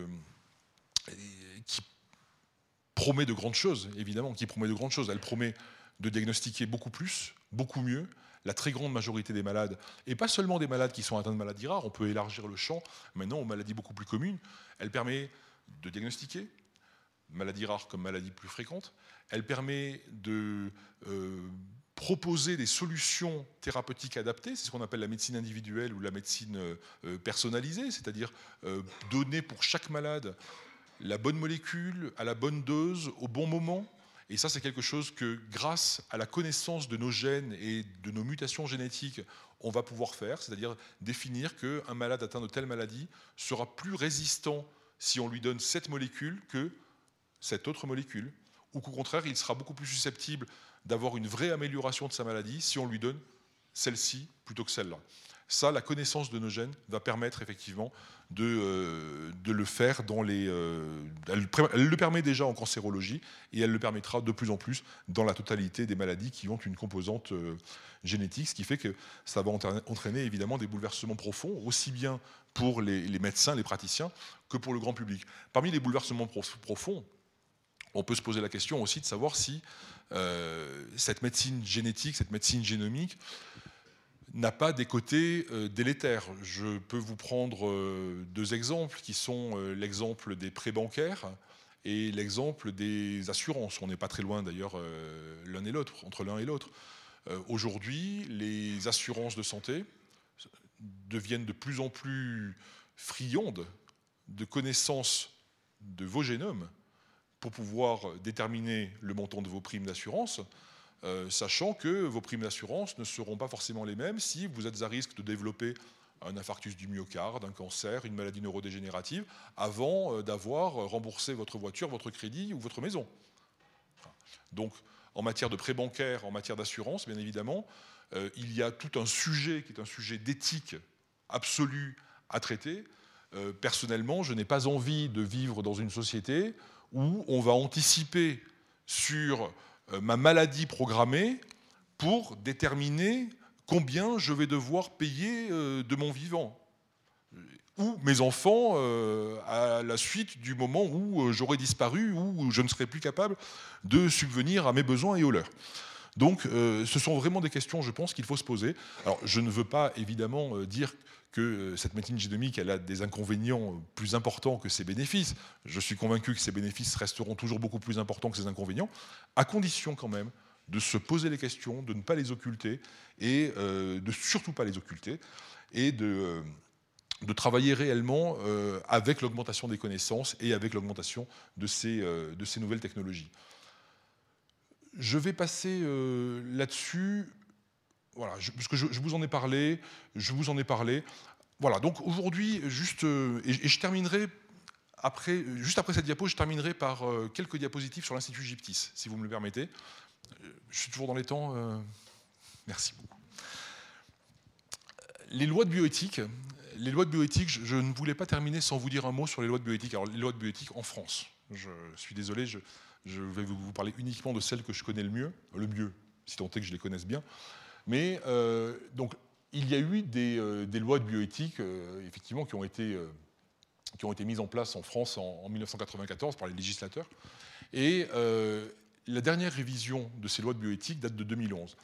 promet de grandes choses, évidemment, qui promet de grandes choses. Elle promet de diagnostiquer beaucoup plus, beaucoup mieux, la très grande majorité des malades, et pas seulement des malades qui sont atteints de maladies rares, on peut élargir le champ maintenant aux maladies beaucoup plus communes. Elle permet de diagnostiquer, maladies rares comme maladies plus fréquentes. Elle permet de proposer des solutions thérapeutiques adaptées, c'est ce qu'on appelle la médecine individuelle ou la médecine personnalisée, c'est-à-dire donner pour chaque malade la bonne molécule, à la bonne dose, au bon moment. Et ça, c'est quelque chose que, grâce à la connaissance de nos gènes et de nos mutations génétiques, on va pouvoir faire, c'est-à-dire définir qu'un malade atteint de telle maladie sera plus résistant si on lui donne cette molécule que cette autre molécule, ou qu'au contraire, il sera beaucoup plus susceptible d'avoir une vraie amélioration de sa maladie si on lui donne celle-ci plutôt que celle-là. Ça, la connaissance de nos gènes va permettre effectivement de le faire dans les... elle le permet déjà en cancérologie et elle le permettra de plus en plus dans la totalité des maladies qui ont une composante génétique, ce qui fait que ça va entraîner évidemment des bouleversements profonds, aussi bien pour les médecins, les praticiens, que pour le grand public. Parmi les bouleversements profonds, on peut se poser la question aussi de savoir si cette médecine génétique, cette médecine génomique, n'a pas des côtés délétères. Je peux vous prendre deux exemples qui sont l'exemple des prêts bancaires et l'exemple des assurances. On n'est pas très loin d'ailleurs l'un et l'autre, entre l'un et l'autre. Aujourd'hui, les assurances de santé deviennent de plus en plus friandes de connaissances de vos génomes pour pouvoir déterminer le montant de vos primes d'assurance, sachant que vos primes d'assurance ne seront pas forcément les mêmes si vous êtes à risque de développer un infarctus du myocarde, un cancer, une maladie neurodégénérative, avant d'avoir remboursé votre voiture, votre crédit ou votre maison. Donc, en matière de prêt bancaire, en matière d'assurance, bien évidemment, il y a tout un sujet qui est un sujet d'éthique absolue à traiter. Personnellement, je n'ai pas envie de vivre dans une société où on va anticiper sur ma maladie programmée pour déterminer combien je vais devoir payer de mon vivant. Ou mes enfants à la suite du moment où j'aurai disparu, où je ne serai plus capable de subvenir à mes besoins et aux leurs. Donc ce sont vraiment des questions, je pense, qu'il faut se poser. Alors je ne veux pas évidemment dire que cette médecine génomique, elle a des inconvénients plus importants que ses bénéfices. Je suis convaincu que ses bénéfices resteront toujours beaucoup plus importants que ses inconvénients, à condition quand même de se poser les questions, de ne pas les occulter, et de surtout pas les occulter, et de travailler réellement avec l'augmentation des connaissances et avec l'augmentation de ces nouvelles technologies. Je vais passer là-dessus... Voilà, parce que je vous en ai parlé, Voilà, donc aujourd'hui, et je terminerai, juste après cette diapo, je terminerai par quelques diapositives sur l'Institut Gyptis, si vous me le permettez. Je suis toujours dans les temps. Merci beaucoup. Les lois de bioéthique, je ne voulais pas terminer sans vous dire un mot sur les lois de bioéthique. Alors, les lois de bioéthique en France, je suis désolé, je vais vous parler uniquement de celles que je connais le mieux, si tant est que je les connaisse bien. Mais donc, il y a eu des lois de bioéthique, effectivement, qui ont été mises en place en France en 1994 par les législateurs. Et la dernière révision de ces lois de bioéthique date de 2011.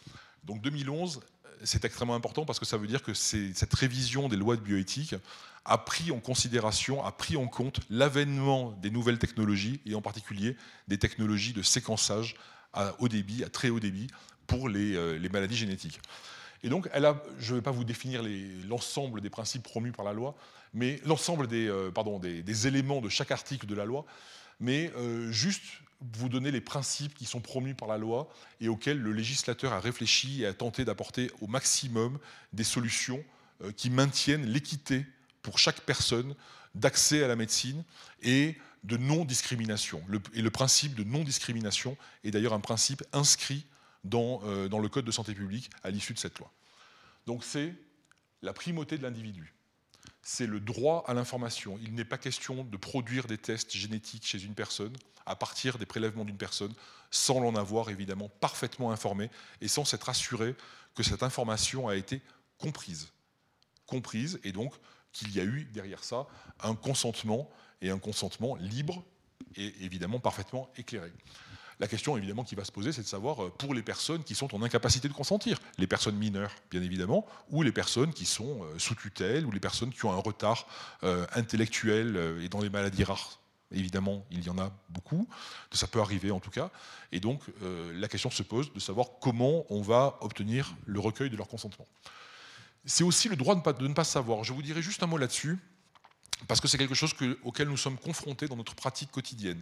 Donc 2011, c'est extrêmement important parce que ça veut dire que cette révision des lois de bioéthique a pris en considération, a pris en compte l'avènement des nouvelles technologies, et en particulier des technologies de séquençage à haut débit, à très haut débit, pour les maladies génétiques. Et donc, je ne vais pas vous définir l'ensemble des principes promus par la loi, mais l'ensemble des éléments de chaque article de la loi, mais juste vous donner les principes qui sont promus par la loi et auxquels le législateur a réfléchi et a tenté d'apporter au maximum des solutions qui maintiennent l'équité pour chaque personne d'accès à la médecine et de non-discrimination. Et le principe de non-discrimination est d'ailleurs un principe inscrit dans le Code de santé publique à l'issue de cette loi. Donc c'est la primauté de l'individu. C'est le droit à l'information. Il n'est pas question de produire des tests génétiques chez une personne à partir des prélèvements d'une personne sans l'en avoir évidemment parfaitement informé et sans s'être assuré que cette information a été comprise. Comprise, et donc qu'il y a eu derrière ça un consentement, et un consentement libre et évidemment parfaitement éclairé. La question évidemment qui va se poser, c'est de savoir pour les personnes qui sont en incapacité de consentir, les personnes mineures bien évidemment, ou les personnes qui sont sous tutelle, ou les personnes qui ont un retard intellectuel, et dans les maladies rares, évidemment il y en a beaucoup, ça peut arriver en tout cas, et donc la question se pose de savoir comment on va obtenir le recueil de leur consentement. C'est aussi le droit de ne pas savoir. Je vous dirai juste un mot là-dessus, parce que c'est quelque chose auquel nous sommes confrontés dans notre pratique quotidienne.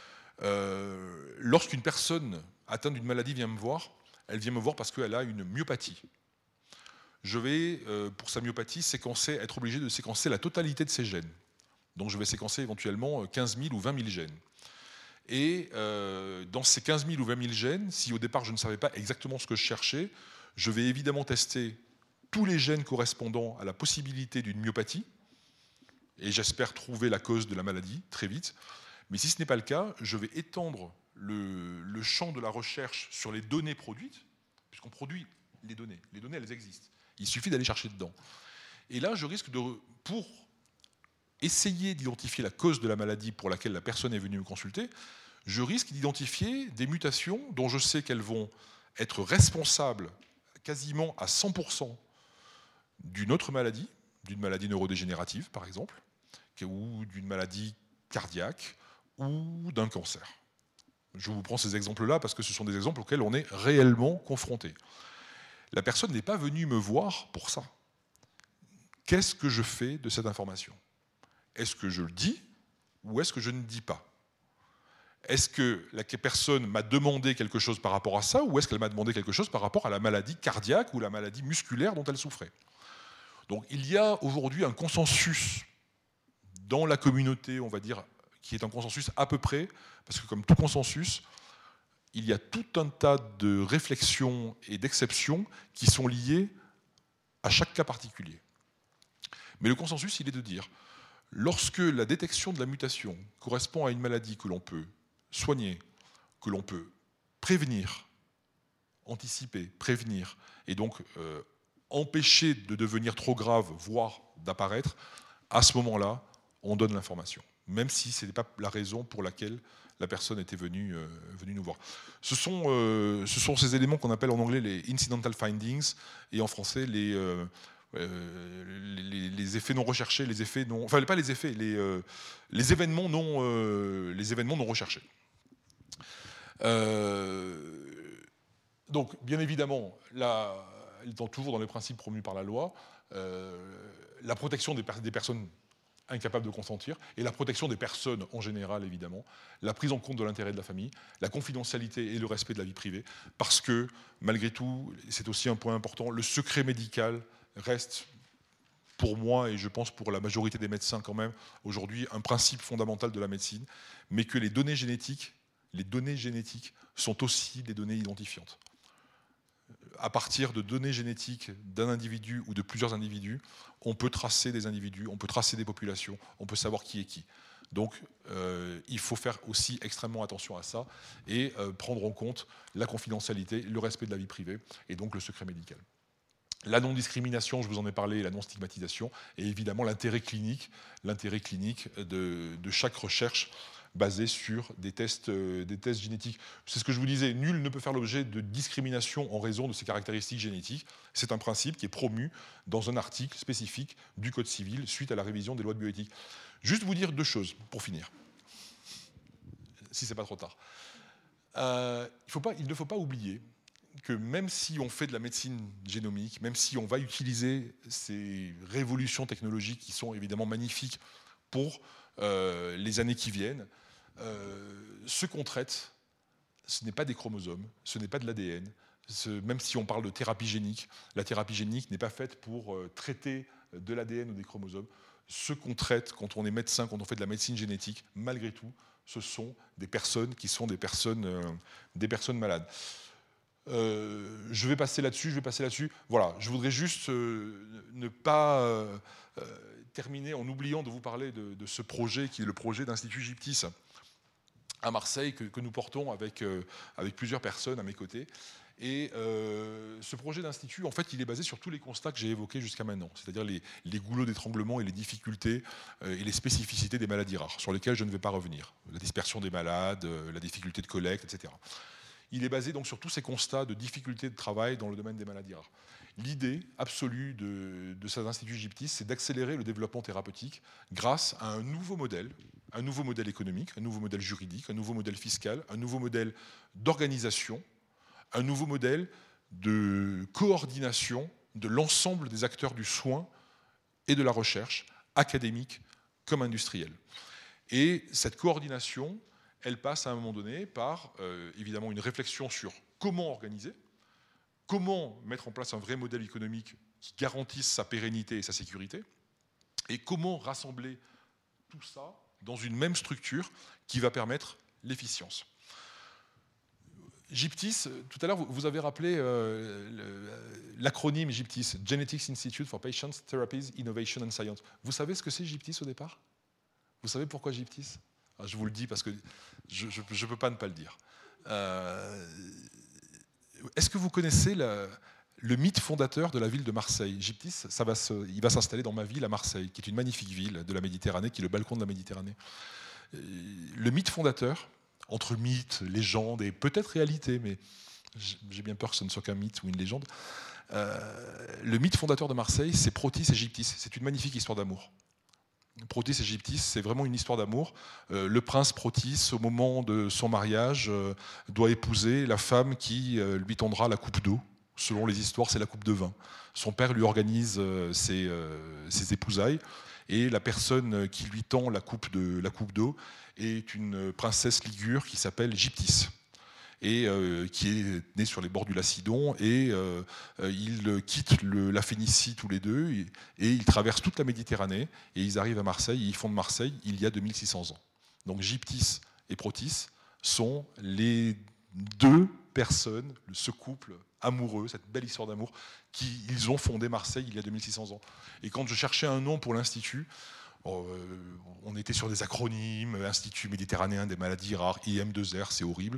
Lorsqu'une personne atteinte d'une maladie vient me voir, elle vient me voir parce qu'elle a une myopathie. Je vais, pour sa myopathie, être obligé de séquencer la totalité de ses gènes. Donc je vais séquencer éventuellement 15 000 ou 20 000 gènes. Et dans ces 15 000 ou 20 000 gènes, si au départ je ne savais pas exactement ce que je cherchais, je vais évidemment tester tous les gènes correspondant à la possibilité d'une myopathie, et j'espère trouver la cause de la maladie très vite. Mais si ce n'est pas le cas, je vais étendre le champ de la recherche sur les données produites, puisqu'on produit les données. Les données, elles existent. Il suffit d'aller chercher dedans. Et là, je risque pour essayer d'identifier la cause de la maladie pour laquelle la personne est venue me consulter, je risque d'identifier des mutations dont je sais qu'elles vont être responsables quasiment à 100% d'une autre maladie, d'une maladie neurodégénérative par exemple, ou d'une maladie cardiaque, ou d'un cancer. Je vous prends ces exemples-là parce que ce sont des exemples auxquels on est réellement confronté. La personne n'est pas venue me voir pour ça. Qu'est-ce que je fais de cette information ? Est-ce que je le dis ou est-ce que je ne dis pas ? Est-ce que la personne m'a demandé quelque chose par rapport à ça ou est-ce qu'elle m'a demandé quelque chose par rapport à la maladie cardiaque ou la maladie musculaire dont elle souffrait ? Donc il y a aujourd'hui un consensus dans la communauté, on va dire, qui est un consensus à peu près, parce que comme tout consensus, il y a tout un tas de réflexions et d'exceptions qui sont liées à chaque cas particulier. Mais le consensus, il est de dire, lorsque la détection de la mutation correspond à une maladie que l'on peut soigner, que l'on peut prévenir, anticiper, prévenir, et donc empêcher de devenir trop grave, voire d'apparaître, à ce moment-là, on donne l'information, même si ce n'est pas la raison pour laquelle la personne était venue nous voir. Ce sont ces éléments qu'on appelle en anglais les incidental findings, et en français les effets non recherchés, les événements non recherchés. Donc, bien évidemment, toujours dans les principes promus par la loi, la protection des personnes incapables de consentir, et la protection des personnes en général, évidemment, la prise en compte de l'intérêt de la famille, la confidentialité et le respect de la vie privée, parce que, malgré tout, c'est aussi un point important, le secret médical reste, pour moi, et je pense pour la majorité des médecins quand même, aujourd'hui, un principe fondamental de la médecine, mais que les données génétiques sont aussi des données identifiantes. À partir de données génétiques d'un individu ou de plusieurs individus, on peut tracer des individus, on peut tracer des populations, on peut savoir qui est qui. Donc il faut faire aussi extrêmement attention à ça et prendre en compte la confidentialité, le respect de la vie privée et donc le secret médical. La non-discrimination, je vous en ai parlé, la non-stigmatisation et évidemment l'intérêt clinique de chaque recherche basés sur des tests génétiques. C'est ce que je vous disais, nul ne peut faire l'objet de discrimination en raison de ses caractéristiques génétiques. C'est un principe qui est promu dans un article spécifique du Code civil suite à la révision des lois de bioéthique. Juste vous dire 2 choses pour finir, si ce n'est pas trop tard. Il ne faut pas oublier que même si on fait de la médecine génomique, même si on va utiliser ces révolutions technologiques qui sont évidemment magnifiques pour les années qui viennent, ce qu'on traite, ce n'est pas des chromosomes, ce n'est pas de l'ADN. Même si on parle de thérapie génique, la thérapie génique n'est pas faite pour traiter de l'ADN ou des chromosomes. Ce qu'on traite quand on est médecin, quand on fait de la médecine génétique, malgré tout, ce sont des personnes qui sont des personnes malades. Je vais passer là-dessus. Voilà, je voudrais juste ne pas terminer en oubliant de vous parler de ce projet qui est le projet d'Institut Gyptis à Marseille que nous portons avec plusieurs personnes à mes côtés. Et ce projet d'institut, en fait, il est basé sur tous les constats que j'ai évoqués jusqu'à maintenant, c'est-à-dire les goulots d'étranglement et les difficultés et les spécificités des maladies rares, sur lesquelles je ne vais pas revenir. La dispersion des malades, la difficulté de collecte, etc. Il est basé donc sur tous ces constats de difficultés de travail dans le domaine des maladies rares. L'idée absolue de cet institut Gyptis, c'est d'accélérer le développement thérapeutique grâce à un nouveau modèle économique, un nouveau modèle juridique, un nouveau modèle fiscal, un nouveau modèle d'organisation, un nouveau modèle de coordination de l'ensemble des acteurs du soin et de la recherche, académique comme industrielle. Et cette coordination, elle passe à un moment donné par évidemment une réflexion sur comment organiser, comment mettre en place un vrai modèle économique qui garantisse sa pérennité et sa sécurité, et comment rassembler tout ça dans une même structure qui va permettre l'efficience. Gyptis, tout à l'heure, vous avez rappelé l'acronyme Gyptis, Genetics Institute for Patients, Therapies, Innovation and Science. Vous savez ce que c'est Gyptis au départ? Vous savez pourquoi Gyptis? Je vous le dis parce que je ne peux pas ne pas le dire. Est-ce que vous connaissez le mythe fondateur de la ville de Marseille? Gyptis, il va s'installer dans ma ville à Marseille, qui est une magnifique ville de la Méditerranée, qui est le balcon de la Méditerranée. Le mythe fondateur, entre mythe, légende et peut-être réalité, mais j'ai bien peur que ce ne soit qu'un mythe ou une légende, le mythe fondateur de Marseille, c'est Protis et Gyptis. C'est une magnifique histoire d'amour. Protis et Gyptis, c'est vraiment une histoire d'amour. Le prince Protis, au moment de son mariage, doit épouser la femme qui lui tendra la coupe d'eau. Selon les histoires, c'est la coupe de vin. Son père lui organise ses épousailles, et la personne qui lui tend la coupe d'eau est une princesse ligure qui s'appelle Gyptis, et qui est née sur les bords du Lacidon, et ils quittent la Phénicie tous les deux, et ils traversent toute la Méditerranée, et ils arrivent à Marseille, et ils fondent Marseille il y a 2600 ans. Donc Gyptis et Protis sont les deux personnes, ce couple amoureux, cette belle histoire d'amour, ils ont fondé Marseille il y a 2600 ans. Et quand je cherchais un nom pour l'Institut, on était sur des acronymes, Institut méditerranéen des maladies rares, IM2R, c'est horrible.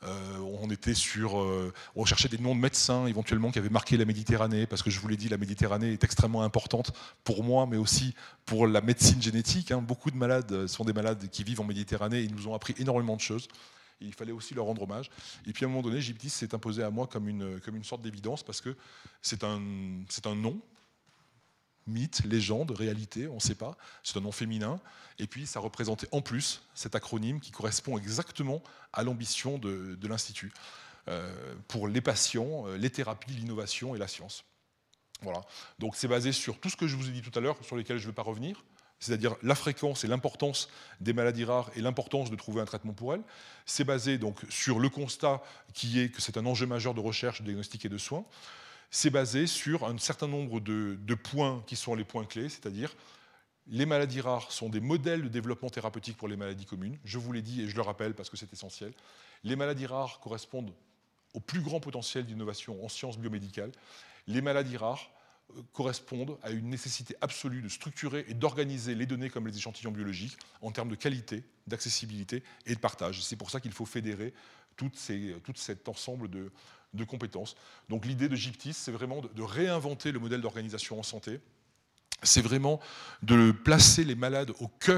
On cherchait des noms de médecins éventuellement qui avaient marqué la Méditerranée, parce que je vous l'ai dit, la Méditerranée est extrêmement importante pour moi, mais aussi pour la médecine génétique. Beaucoup de malades sont des malades qui vivent en Méditerranée, et ils nous ont appris énormément de choses. Et il fallait aussi leur rendre hommage. Et puis à un moment donné, Gyptis s'est imposé à moi comme une sorte d'évidence, parce que c'est un nom, mythe, légende, réalité, on ne sait pas. C'est un nom féminin. Et puis ça représentait en plus cet acronyme qui correspond exactement à l'ambition de l'Institut pour les patients, les thérapies, l'innovation et la science. Voilà. Donc c'est basé sur tout ce que je vous ai dit tout à l'heure, sur lesquels je ne vais pas revenir. C'est-à-dire la fréquence et l'importance des maladies rares et l'importance de trouver un traitement pour elles. C'est basé donc sur le constat qui est que c'est un enjeu majeur de recherche, de diagnostic et de soins. C'est basé sur un certain nombre de points qui sont les points clés, c'est-à-dire les maladies rares sont des modèles de développement thérapeutique pour les maladies communes. Je vous l'ai dit et je le rappelle parce que c'est essentiel. Les maladies rares correspondent au plus grand potentiel d'innovation en sciences biomédicales. Les maladies rares correspondent à une nécessité absolue de structurer et d'organiser les données comme les échantillons biologiques en termes de qualité, d'accessibilité et de partage. C'est pour ça qu'il faut fédérer tout cet ensemble de compétences. Donc l'idée de Gyptis, c'est vraiment de réinventer le modèle d'organisation en santé. C'est vraiment de placer les malades au cœur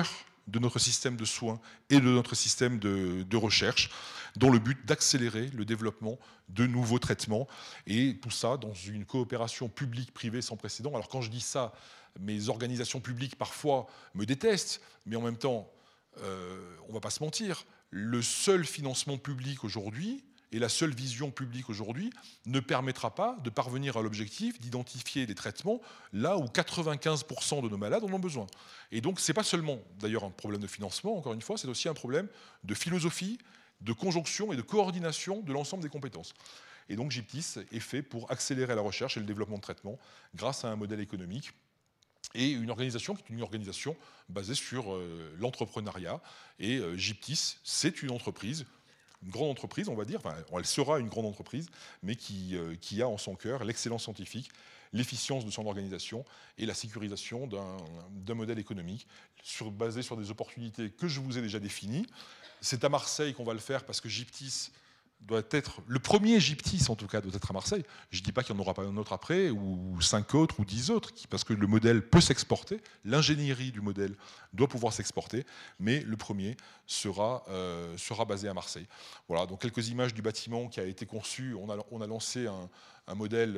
de notre système de soins et de notre système de recherche, dans le but d'accélérer le développement de nouveaux traitements, et tout ça dans une coopération publique-privée sans précédent. Alors quand je dis ça, mes organisations publiques parfois me détestent, mais en même temps, on ne va pas se mentir, le seul financement public aujourd'hui et la seule vision publique aujourd'hui ne permettra pas de parvenir à l'objectif d'identifier des traitements là où 95% de nos malades en ont besoin. Et donc, ce n'est pas seulement d'ailleurs un problème de financement, encore une fois, c'est aussi un problème de philosophie, de conjonction et de coordination de l'ensemble des compétences. Et donc, GIPTIS est fait pour accélérer la recherche et le développement de traitements grâce à un modèle économique et une organisation qui est une organisation basée sur l'entrepreneuriat. Et GIPTIS, c'est une entreprise, une grande entreprise, on va dire, enfin, elle sera une grande entreprise, mais qui a en son cœur l'excellence scientifique, l'efficience de son organisation et la sécurisation d'un modèle économique basé sur des opportunités que je vous ai déjà définies. C'est à Marseille qu'on va le faire parce que GIPTIS doit être, le premier GIPTIS en tout cas, doit être à Marseille. Je ne dis pas qu'il n'y en aura pas un autre après, ou 5 autres, ou 10 autres, parce que le modèle peut s'exporter, l'ingénierie du modèle doit pouvoir s'exporter, mais le premier sera basé à Marseille. Voilà, donc quelques images du bâtiment qui a été conçu. On a lancé un modèle...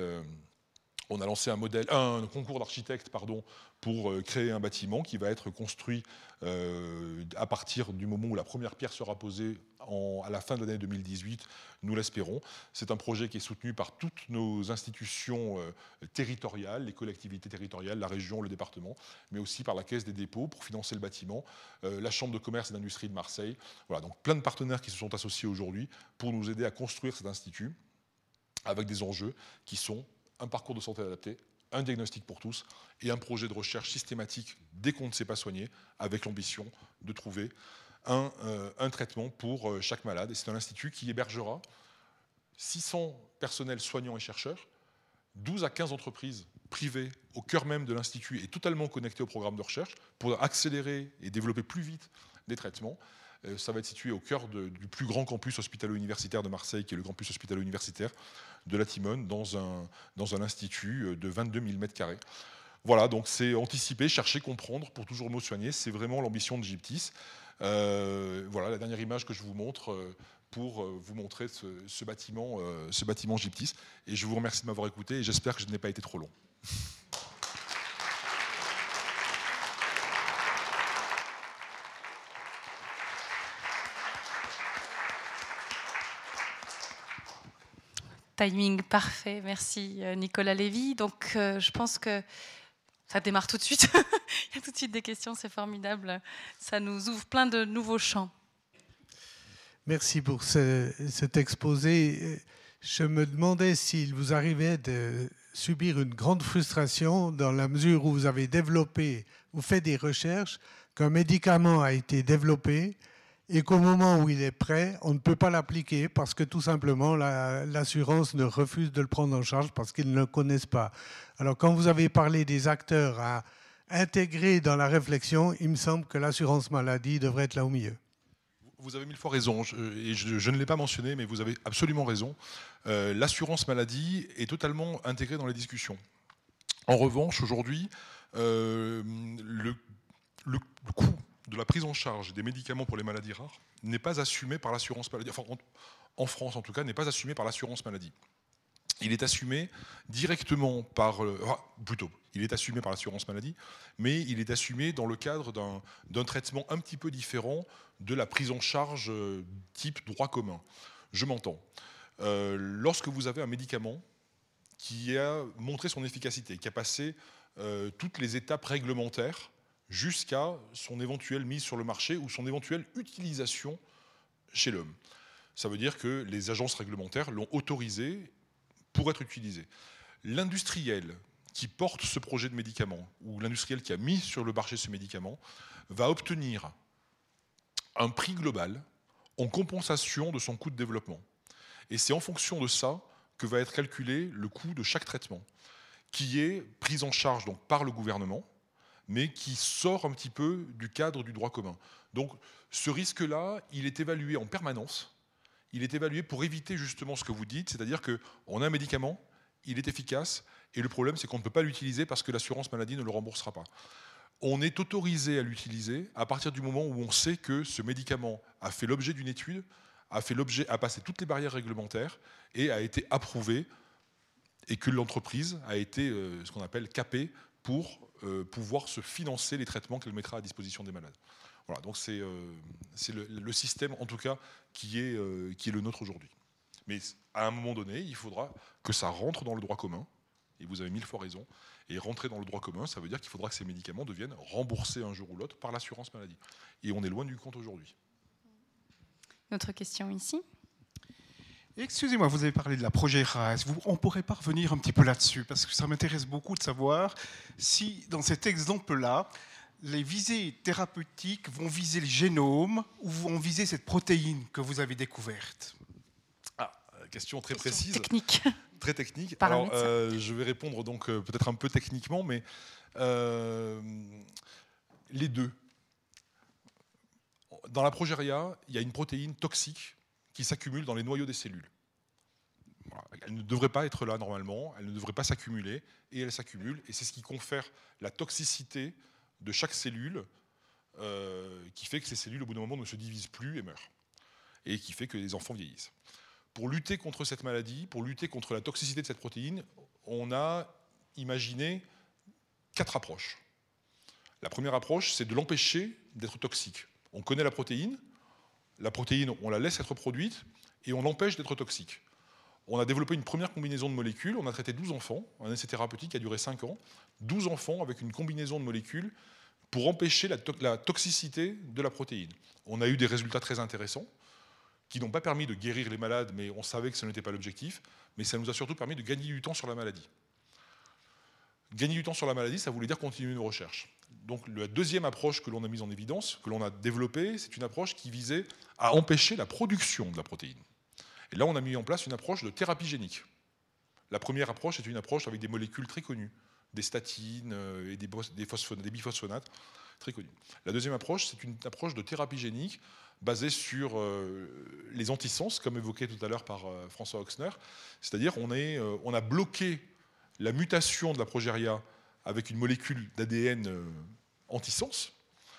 un concours d'architectes pour créer un bâtiment qui va être construit à partir du moment où la première pierre sera posée à la fin de l'année 2018, nous l'espérons. C'est un projet qui est soutenu par toutes nos institutions territoriales, les collectivités territoriales, la région, le département, mais aussi par la Caisse des dépôts pour financer le bâtiment, la Chambre de commerce et d'industrie de Marseille. Voilà, donc plein de partenaires qui se sont associés aujourd'hui pour nous aider à construire cet institut avec des enjeux qui sont un parcours de santé adapté, un diagnostic pour tous et un projet de recherche systématique dès qu'on ne sait pas soigner, avec l'ambition de trouver un traitement pour chaque malade. Et c'est un institut qui hébergera 600 personnels soignants et chercheurs, 12 à 15 entreprises privées au cœur même de l'institut et totalement connectées au programme de recherche pour accélérer et développer plus vite des traitements. Ça va être situé au cœur du plus grand campus hospitalo-universitaire de Marseille, qui est le campus hospitalo-universitaire de la Timone, dans un institut de 22 000 m². Voilà, donc c'est anticiper, chercher, comprendre pour toujours mieux soigner. C'est vraiment l'ambition de GIPTIS. Voilà la dernière image que je vous montre pour vous montrer ce bâtiment GIPTIS. Et je vous remercie de m'avoir écouté et j'espère que je n'ai pas été trop long. Timing parfait, merci Nicolas Lévy. Donc je pense que ça démarre tout de suite. Il y a tout de suite des questions, c'est formidable. Ça nous ouvre plein de nouveaux champs. Merci pour cet exposé. Je me demandais s'il vous arrivait de subir une grande frustration dans la mesure où vous avez développé ou fait des recherches, qu'un médicament a été développé et qu'au moment où il est prêt, on ne peut pas l'appliquer parce que tout simplement l'assurance ne refuse de le prendre en charge parce qu'ils ne le connaissent pas. Alors quand vous avez parlé des acteurs à intégrer dans la réflexion, il me semble que l'assurance maladie devrait être là au milieu. Vous avez 1000 fois raison, et je ne l'ai pas mentionné, mais vous avez absolument raison. L'assurance maladie est totalement intégrée dans les discussions. En revanche, aujourd'hui, le coût de la prise en charge des médicaments pour les maladies rares n'est pas assumé par l'assurance maladie. Enfin, en France, en tout cas, n'est pas assumé par l'assurance maladie. Il est assumé directement par... il est assumé par l'assurance maladie, mais il est assumé dans le cadre d'un traitement un petit peu différent de la prise en charge type droit commun. Je m'entends. Lorsque vous avez un médicament qui a montré son efficacité, qui a passé toutes les étapes réglementaires jusqu'à son éventuelle mise sur le marché ou son éventuelle utilisation chez l'homme. Ça veut dire que les agences réglementaires l'ont autorisé pour être utilisé. L'industriel qui porte ce projet de médicament ou l'industriel qui a mis sur le marché ce médicament va obtenir un prix global en compensation de son coût de développement. Et c'est en fonction de ça que va être calculé le coût de chaque traitement, qui est pris en charge donc par le gouvernement, mais qui sort un petit peu du cadre du droit commun. Donc ce risque-là, il est évalué en permanence. Il est évalué pour éviter justement ce que vous dites, c'est-à-dire qu'on a un médicament, il est efficace, et le problème c'est qu'on ne peut pas l'utiliser parce que l'assurance maladie ne le remboursera pas. on est autorisé à l'utiliser à partir du moment où on sait que ce médicament a fait l'objet d'une étude, a passé toutes les barrières réglementaires et a été approuvé, et que l'entreprise a été ce qu'on appelle capée pour pouvoir se financer les traitements qu'elle mettra à disposition des malades. Voilà, donc c'est le système, en tout cas, qui est le nôtre aujourd'hui. Mais à un moment donné, il faudra que ça rentre dans le droit commun, et vous avez 1000 fois raison, et rentrer dans le droit commun, ça veut dire qu'il faudra que ces médicaments deviennent remboursés un jour ou l'autre par l'assurance maladie. Et on est loin du compte aujourd'hui. Une autre question ici. Excusez-moi, vous avez parlé de la progérase. On pourrait pas revenir un petit peu là-dessus, parce que ça m'intéresse beaucoup de savoir si, dans cet exemple-là, les visées thérapeutiques vont viser le génome ou vont viser cette protéine que vous avez découverte. Question très précise. Technique. Très technique. Par un Alors, médecin. je vais répondre donc peut-être un peu techniquement, mais les deux. Dans la progéria, il y a une protéine toxique qui s'accumule dans les noyaux des cellules. Voilà. Elle ne devrait pas être là normalement, elle ne devrait pas s'accumuler, et elle s'accumule, et c'est ce qui confère la toxicité de chaque cellule, qui fait que ces cellules, au bout d'un moment, ne se divisent plus et meurent, et qui fait que les enfants vieillissent. Pour lutter contre cette maladie, pour lutter contre la toxicité de cette protéine, on a imaginé 4 approches. La première approche, c'est de l'empêcher d'être toxique. On connaît la protéine, on la laisse être produite, et on l'empêche d'être toxique. On a développé une première combinaison de molécules, on a traité 12 enfants, un essai thérapeutique qui a duré 5 ans, 12 enfants avec une combinaison de molécules pour empêcher la toxicité de la protéine. On a eu des résultats très intéressants, qui n'ont pas permis de guérir les malades, mais on savait que ce n'était pas l'objectif, mais ça nous a surtout permis de gagner du temps sur la maladie. Gagner du temps sur la maladie, ça voulait dire continuer nos recherches. Donc la deuxième approche que l'on a mise en évidence, que l'on a développée, c'est une approche qui visait à empêcher la production de la protéine. Et là, on a mis en place une approche de thérapie génique. La première approche est une approche avec des molécules très connues, des statines et des biphosphonates très connus. La deuxième approche, c'est une approche de thérapie génique basée sur les antisens, comme évoqué tout à l'heure par François Oxner. C'est-à-dire on a bloqué la mutation de la progéria avec une molécule d'ADN antisens,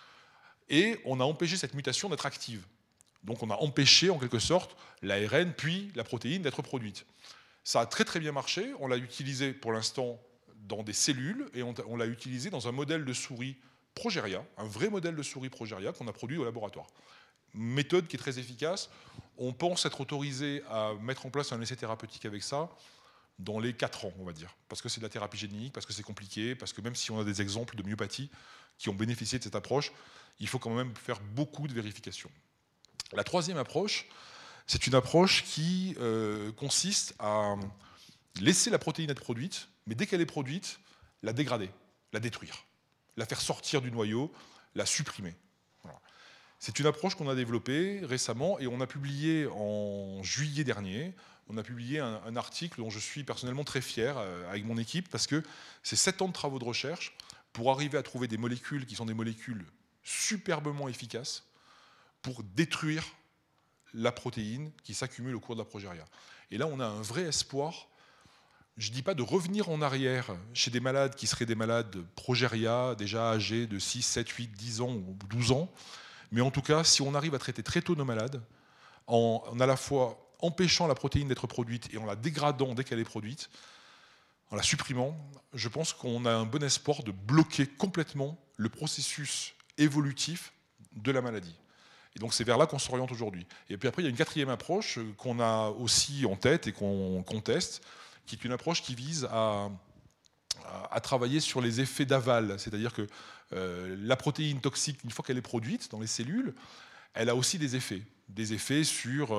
et on a empêché cette mutation d'être active. Donc on a empêché en quelque sorte l'ARN puis la protéine d'être produite. Ça a très très bien marché, on l'a utilisé pour l'instant dans des cellules, et on l'a utilisé dans un modèle de souris progéria, un vrai modèle de souris progéria qu'on a produit au laboratoire. Méthode qui est très efficace. On pense être autorisé à mettre en place un essai thérapeutique avec ça dans les 4 ans, on va dire. Parce que c'est de la thérapie génique, parce que c'est compliqué, parce que même si on a des exemples de myopathie qui ont bénéficié de cette approche, il faut quand même faire beaucoup de vérifications. La troisième approche, c'est une approche qui consiste à laisser la protéine être produite, mais dès qu'elle est produite, la dégrader, la détruire, la faire sortir du noyau, la supprimer. Voilà. C'est une approche qu'on a développée récemment, et on a publié en juillet dernier, on a publié un article dont je suis personnellement très fier avec mon équipe, parce que c'est 7 ans de travaux de recherche pour arriver à trouver des molécules qui sont des molécules superbement efficaces pour détruire la protéine qui s'accumule au cours de la progéria. Et là, on a un vrai espoir, je ne dis pas de revenir en arrière chez des malades qui seraient des malades progéria, déjà âgés de 6, 7, 8, 10 ans ou 12 ans, mais en tout cas, si on arrive à traiter très tôt nos malades, en à la fois empêchant la protéine d'être produite et en la dégradant dès qu'elle est produite, en la supprimant, je pense qu'on a un bon espoir de bloquer complètement le processus évolutif de la maladie. Et donc c'est vers là qu'on s'oriente aujourd'hui. Et puis après, il y a une quatrième approche qu'on a aussi en tête et qu'on teste, qui est une approche qui vise à travailler sur les effets d'aval. C'est-à-dire que la protéine toxique, une fois qu'elle est produite dans les cellules, elle a aussi des effets sur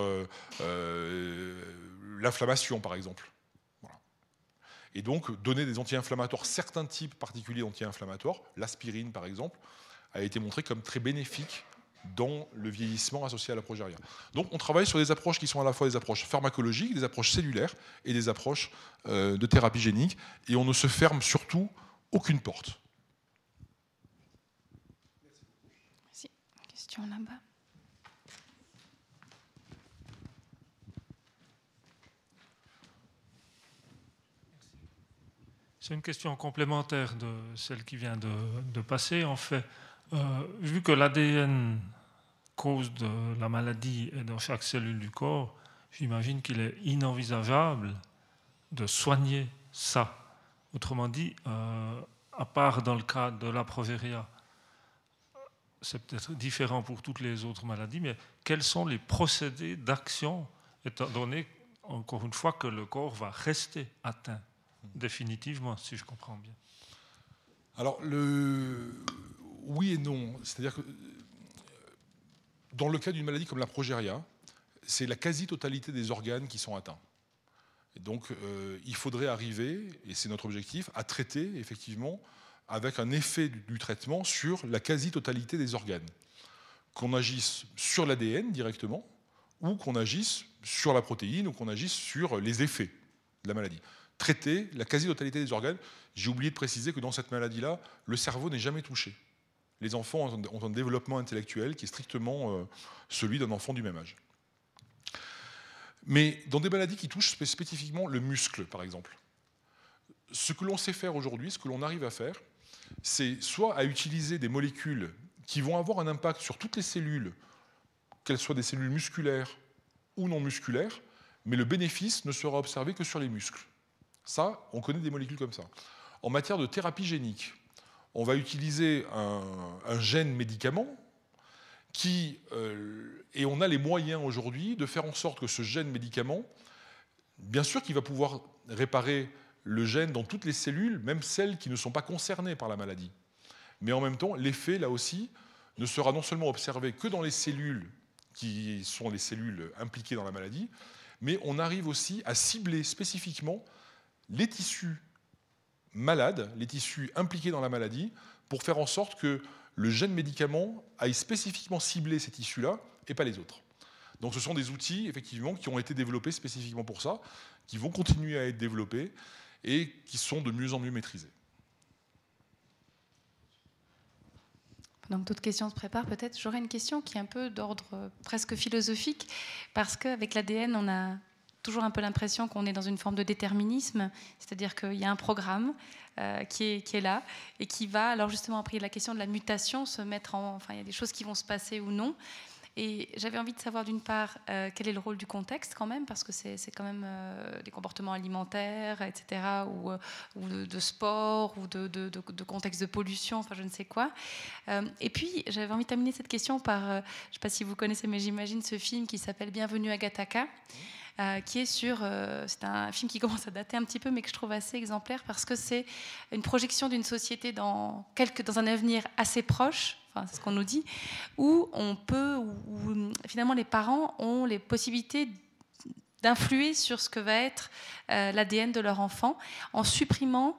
l'inflammation, par exemple. Voilà. Et donc, donner des anti-inflammatoires, certains types particuliers d'anti-inflammatoires, l'aspirine, par exemple, a été montré comme très bénéfique dans le vieillissement associé à la progéria. Donc, on travaille sur des approches qui sont à la fois des approches pharmacologiques, des approches cellulaires et des approches de thérapie génique, et on ne se ferme surtout aucune porte. Merci. Question là-bas. C'est une question complémentaire de celle qui vient de passer. En fait, vu que l'ADN cause de la maladie est dans chaque cellule du corps, j'imagine qu'il est inenvisageable de soigner ça. Autrement dit, à part dans le cas de la progéria, c'est peut-être différent pour toutes les autres maladies, mais quels sont les procédés d'action, étant donné, encore une fois, que le corps va rester atteint définitivement, si je comprends bien? Alors, oui et non. C'est-à-dire que dans le cas d'une maladie comme la progéria, c'est la quasi-totalité des organes qui sont atteints. Et donc, il faudrait arriver, et c'est notre objectif, à traiter effectivement avec un effet du traitement sur la quasi-totalité des organes. Qu'on agisse sur l'ADN directement, ou qu'on agisse sur la protéine, ou qu'on agisse sur les effets de la maladie. Traiter la quasi-totalité des organes. J'ai oublié de préciser que dans cette maladie-là, le cerveau n'est jamais touché. Les enfants ont un développement intellectuel qui est strictement celui d'un enfant du même âge. Mais dans des maladies qui touchent spécifiquement le muscle, par exemple, ce que l'on sait faire aujourd'hui, ce que l'on arrive à faire, c'est soit à utiliser des molécules qui vont avoir un impact sur toutes les cellules, qu'elles soient des cellules musculaires ou non musculaires, mais le bénéfice ne sera observé que sur les muscles. Ça, on connaît des molécules comme ça. En matière de thérapie génique, on va utiliser un gène médicament et on a les moyens aujourd'hui de faire en sorte que ce gène médicament, bien sûr qu'il va pouvoir réparer le gène dans toutes les cellules, même celles qui ne sont pas concernées par la maladie. Mais en même temps, l'effet, là aussi, ne sera non seulement observé que dans les cellules qui sont les cellules impliquées dans la maladie, mais on arrive aussi à cibler spécifiquement les tissus malades, les tissus impliqués dans la maladie, pour faire en sorte que le gène médicament aille spécifiquement cibler ces tissus-là et pas les autres. Donc ce sont des outils, effectivement, qui ont été développés spécifiquement pour ça, qui vont continuer à être développés et qui sont de mieux en mieux maîtrisés. Donc d'autres questions se préparent peut-être. J'aurais une question qui est un peu d'ordre presque philosophique, parce qu'avec l'ADN, on a toujours un peu l'impression qu'on est dans une forme de déterminisme, c'est-à-dire qu'il y a un programme qui est là et qui va, alors justement après la question de la mutation, se mettre en... Enfin, il y a des choses qui vont se passer ou non. Et j'avais envie de savoir d'une part quel est le rôle du contexte quand même, parce que c'est quand même des comportements alimentaires, etc., ou de sport, ou de contexte de pollution, enfin je ne sais quoi. Et puis j'avais envie de terminer cette question par, je ne sais pas si vous connaissez, mais j'imagine ce film qui s'appelle Bienvenue à Gattaca, qui est c'est un film qui commence à dater un petit peu, mais que je trouve assez exemplaire parce que c'est une projection d'une société dans un avenir assez proche. Enfin, c'est ce qu'on nous dit, où finalement les parents ont les possibilités d'influer sur ce que va être l'ADN de leur enfant en supprimant,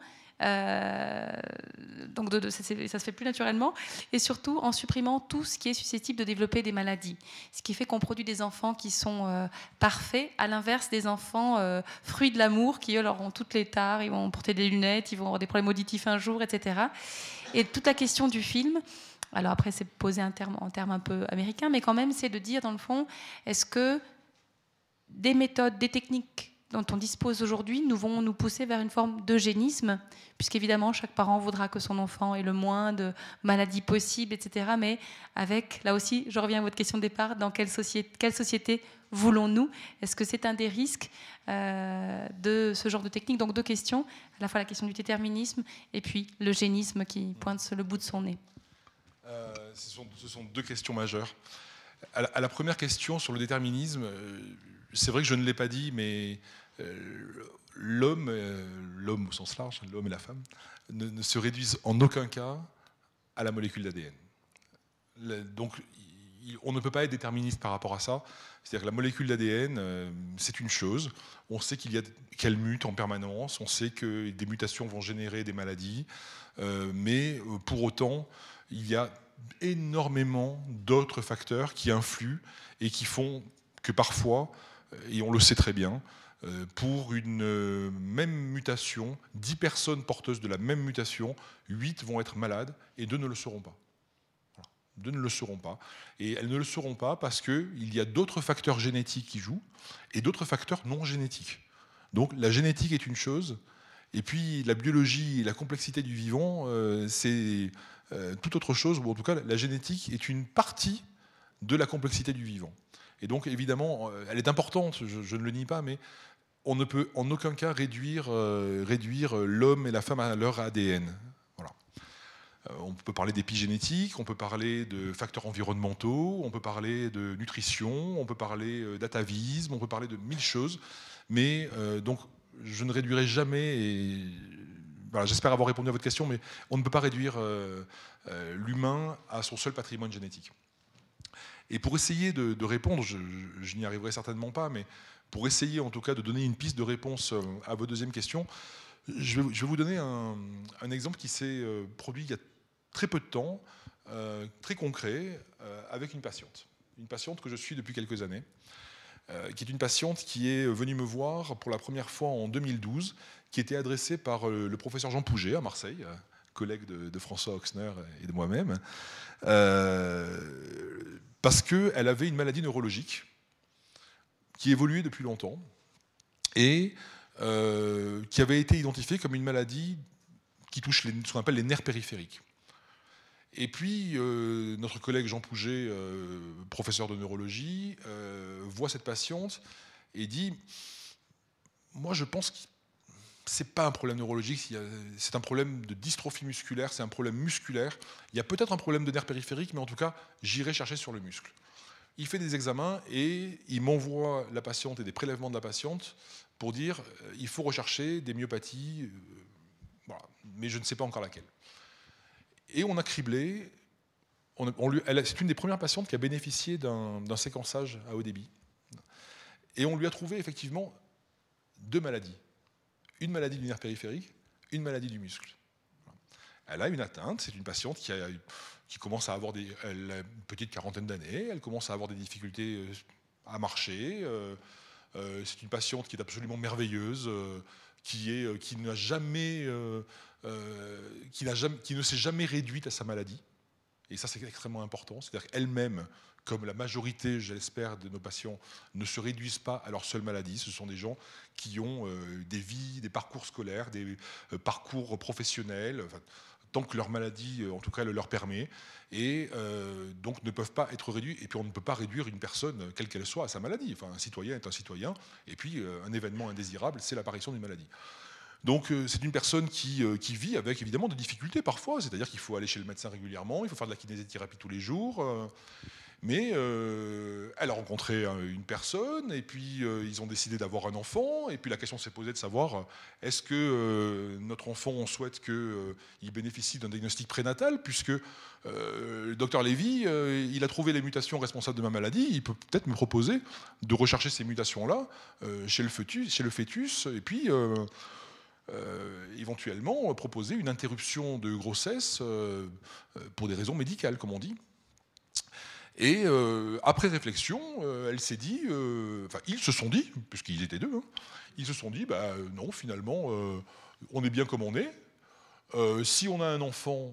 donc ça se fait plus naturellement, et surtout en supprimant tout ce qui est susceptible de développer des maladies. Ce qui fait qu'on produit des enfants qui sont parfaits, à l'inverse des enfants fruits de l'amour, qui eux auront toutes les tares, ils vont porter des lunettes, ils vont avoir des problèmes auditifs un jour, etc. Et toute la question du film, alors après c'est posé en termes un peu américains, mais quand même c'est de dire dans le fond, est-ce que des méthodes, des techniques dont on dispose aujourd'hui vont nous pousser vers une forme d'eugénisme, puisqu'évidemment chaque parent voudra que son enfant ait le moins de maladies possibles, etc. Mais avec, là aussi, je reviens à votre question de départ, dans quelle société voulons-nous? Est-ce que c'est un des risques de ce genre de technique? Donc deux questions, à la fois la question du déterminisme et puis l'eugénisme qui pointe le bout de son nez. Ce sont deux questions majeures. À la première question sur le déterminisme, c'est vrai que je ne l'ai pas dit, mais l'homme au sens large, l'homme et la femme, ne se réduisent en aucun cas à la molécule d'ADN. Donc on ne peut pas être déterministe par rapport à ça. C'est-à-dire que la molécule d'ADN, c'est une chose. On sait qu'elle mute en permanence, on sait que des mutations vont générer des maladies, mais pour autant, il y a énormément d'autres facteurs qui influent et qui font que parfois, et on le sait très bien, pour une même mutation, 10 personnes porteuses de la même mutation, 8 vont être malades et 2 ne le seront pas. Voilà. 2 ne le seront pas. Et elles ne le seront pas parce qu'il y a d'autres facteurs génétiques qui jouent et d'autres facteurs non génétiques. Donc la génétique est une chose Et puis la biologie et la complexité du vivant, c'est tout autre chose, ou en tout cas la génétique est une partie de la complexité du vivant. Et donc évidemment, elle est importante, je ne le nie pas, mais on ne peut en aucun cas réduire l'homme et la femme à leur ADN. Voilà. On peut parler d'épigénétique, on peut parler de facteurs environnementaux, on peut parler de nutrition, on peut parler d'atavisme, on peut parler de 1000 choses, mais donc je ne réduirai jamais, et voilà, j'espère avoir répondu à votre question, mais on ne peut pas réduire l'humain à son seul patrimoine génétique. Et pour essayer de répondre, je n'y arriverai certainement pas, mais pour essayer en tout cas de donner une piste de réponse à votre deuxième question, je vais vous donner un exemple qui s'est produit il y a très peu de temps, très concret, avec une patiente que je suis depuis quelques années, qui est une patiente qui est venue me voir pour la première fois en 2012, qui était adressée par le professeur Jean Pouget à Marseille, collègue de François Oxner et de moi-même, parce qu'elle avait une maladie neurologique qui évoluait depuis longtemps et qui avait été identifiée comme une maladie qui touche ce qu'on appelle les nerfs périphériques. Et puis, notre collègue Jean Pouget, professeur de neurologie, voit cette patiente et dit « Moi, je pense que ce n'est pas un problème neurologique, c'est un problème de dystrophie musculaire, c'est un problème musculaire. Il y a peut-être un problème de nerf périphérique, mais en tout cas, j'irai chercher sur le muscle. » Il fait des examens et il m'envoie la patiente et des prélèvements de la patiente pour dire il faut rechercher des myopathies, voilà, mais je ne sais pas encore laquelle. Et on a criblé, c'est une des premières patientes qui a bénéficié d'un séquençage à haut débit. Et on lui a trouvé effectivement 2 maladies. Une maladie du nerf périphérique, une maladie du muscle. Elle a une atteinte, c'est une patiente qui commence à avoir elle a une petite quarantaine d'années, elle commence à avoir des difficultés à marcher. C'est une patiente qui est absolument merveilleuse, qui ne s'est jamais réduite à sa maladie. Et ça, c'est extrêmement important. C'est-à-dire qu'elle-même, comme la majorité, je l'espère, de nos patients, ne se réduisent pas à leur seule maladie. Ce sont des gens qui ont des vies, des parcours scolaires, des parcours professionnels, enfin, tant que leur maladie, en tout cas, le leur permet, et donc ne peuvent pas être réduits. Et puis on ne peut pas réduire une personne, quelle qu'elle soit, à sa maladie. Enfin, un citoyen est un citoyen, et puis un événement indésirable, c'est l'apparition d'une maladie. Donc c'est une personne qui vit avec évidemment des difficultés parfois, c'est-à-dire qu'il faut aller chez le médecin régulièrement, il faut faire de la kinésithérapie tous les jours, mais elle a rencontré une personne, et puis ils ont décidé d'avoir un enfant, et puis la question s'est posée de savoir est-ce que notre enfant, on souhaite qu'il bénéficie d'un diagnostic prénatal, puisque le docteur Lévy, il a trouvé les mutations responsables de ma maladie, il peut peut-être me proposer de rechercher ces mutations-là chez le fœtus, et puis éventuellement proposer une interruption de grossesse pour des raisons médicales, comme on dit. Et après réflexion, elle s'est dit, ils se sont dit, puisqu'ils étaient 2, ils se sont dit, non, finalement, on est bien comme on est. Si on a un enfant,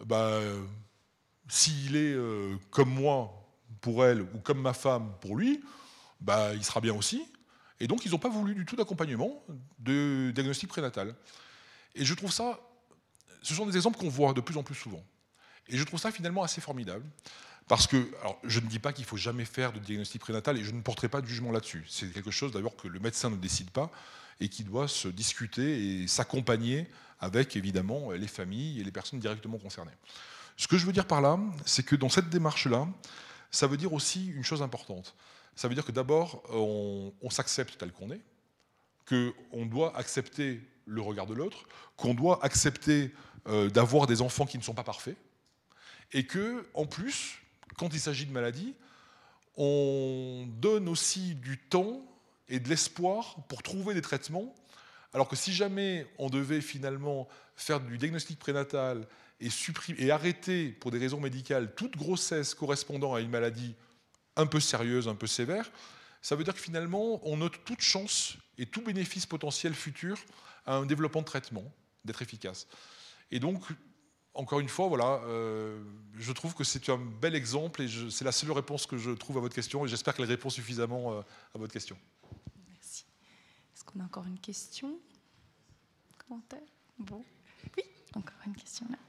s'il est comme moi pour elle, ou comme ma femme pour lui, il sera bien aussi. Et donc, ils n'ont pas voulu du tout d'accompagnement de diagnostic prénatal. Et je trouve ça, ce sont des exemples qu'on voit de plus en plus souvent. Et je trouve ça finalement assez formidable. Parce que, alors, je ne dis pas qu'il ne faut jamais faire de diagnostic prénatal, et je ne porterai pas de jugement là-dessus. C'est quelque chose d'abord que le médecin ne décide pas, et qui doit se discuter et s'accompagner avec, évidemment, les familles et les personnes directement concernées. Ce que je veux dire par là, c'est que dans cette démarche-là, ça veut dire aussi une chose importante. Ça veut dire que d'abord, on s'accepte tel qu'on est, qu'on doit accepter le regard de l'autre, qu'on doit accepter d'avoir des enfants qui ne sont pas parfaits, et que, en plus, quand il s'agit de maladie, on donne aussi du temps et de l'espoir pour trouver des traitements, alors que si jamais on devait finalement faire du diagnostic prénatal et arrêter, pour des raisons médicales, toute grossesse correspondant à une maladie un peu sérieuse, un peu sévère, ça veut dire que finalement, on note toute chance et tout bénéfice potentiel futur à un développement de traitement, d'être efficace. Et donc, encore une fois, voilà, je trouve que c'est un bel exemple, et c'est la seule réponse que je trouve à votre question, et j'espère qu'elle répond suffisamment à votre question. Merci. Est-ce qu'on a encore une question ? commentaires. Bon. Oui, encore une question là.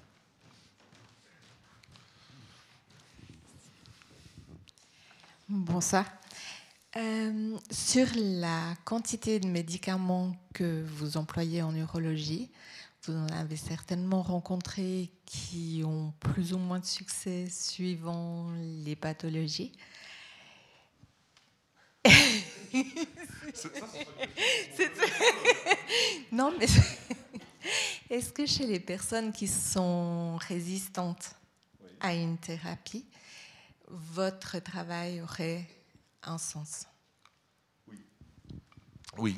Bonsoir. Sur la quantité de médicaments que vous employez en urologie, vous en avez certainement rencontré qui ont plus ou moins de succès suivant les pathologies. Non, mais est-ce que chez les personnes qui sont résistantes à une thérapie, votre travail aurait un sens? Oui.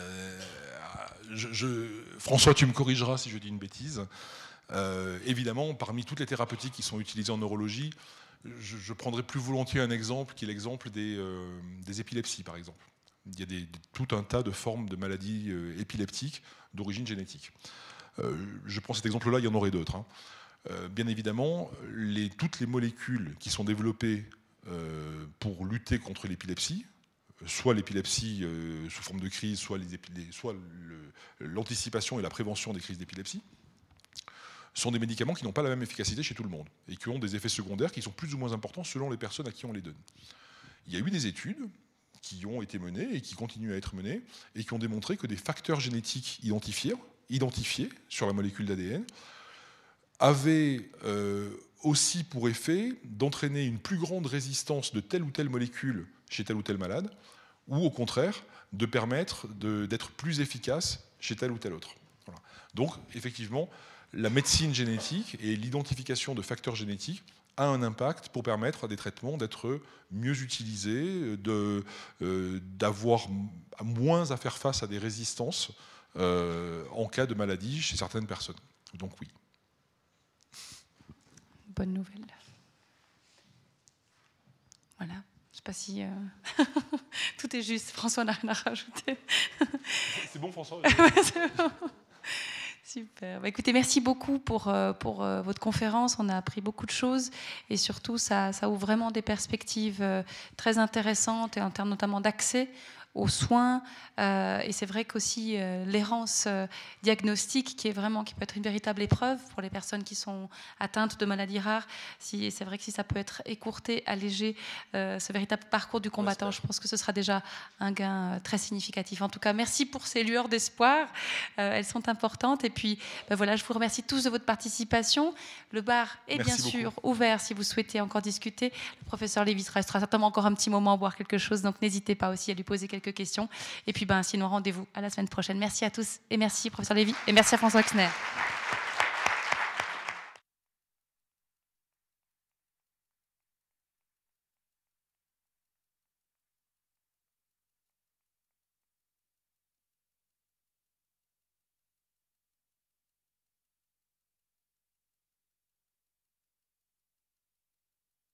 François, tu me corrigeras si je dis une bêtise. Évidemment, parmi toutes les thérapeutiques qui sont utilisées en neurologie, je prendrais plus volontiers un exemple qui est l'exemple des épilepsies, par exemple. Il y a tout un tas de formes de maladies épileptiques d'origine génétique. Je prends cet exemple-là, il y en aurait d'autres. Bien évidemment, toutes les molécules qui sont développées pour lutter contre l'épilepsie, soit l'épilepsie sous forme de crise, soit l'anticipation et la prévention des crises d'épilepsie, sont des médicaments qui n'ont pas la même efficacité chez tout le monde et qui ont des effets secondaires qui sont plus ou moins importants selon les personnes à qui on les donne. Il y a eu des études qui ont été menées et qui continuent à être menées et qui ont démontré que des facteurs génétiques identifiés sur la molécule d'ADN avaient aussi pour effet d'entraîner une plus grande résistance de telle ou telle molécule chez tel ou tel malade, ou au contraire, de permettre d'être plus efficace chez tel ou tel autre. Voilà. Donc, effectivement, la médecine génétique et l'identification de facteurs génétiques a un impact pour permettre à des traitements d'être mieux utilisés, d'avoir moins à faire face à des résistances en cas de maladie chez certaines personnes. Donc oui. Bonne nouvelle. Voilà. Je ne sais pas si tout est juste. François n'a rien à rajouter. C'est bon, François. C'est bon. Super. Bah, écoutez, merci beaucoup pour votre conférence. On a appris beaucoup de choses et surtout, ça ouvre vraiment des perspectives très intéressantes et en termes notamment d'accès aux soins. Et c'est vrai qu'aussi l'errance diagnostique qui peut être une véritable épreuve pour les personnes qui sont atteintes de maladies rares. C'est vrai que si ça peut être écourté, allégé ce véritable parcours du combattant, je pense que ce sera déjà un gain très significatif. En tout cas, merci pour ces lueurs d'espoir. Elles sont importantes. Et puis, voilà, je vous remercie tous de votre participation. Le bar est bien sûr ouvert si vous souhaitez encore discuter. Le professeur Lévis restera certainement encore un petit moment à boire quelque chose, donc n'hésitez pas aussi à lui poser quelques questions. Et puis, sinon, rendez-vous à la semaine prochaine. Merci à tous et merci, professeur Lévis, et merci à François Exner.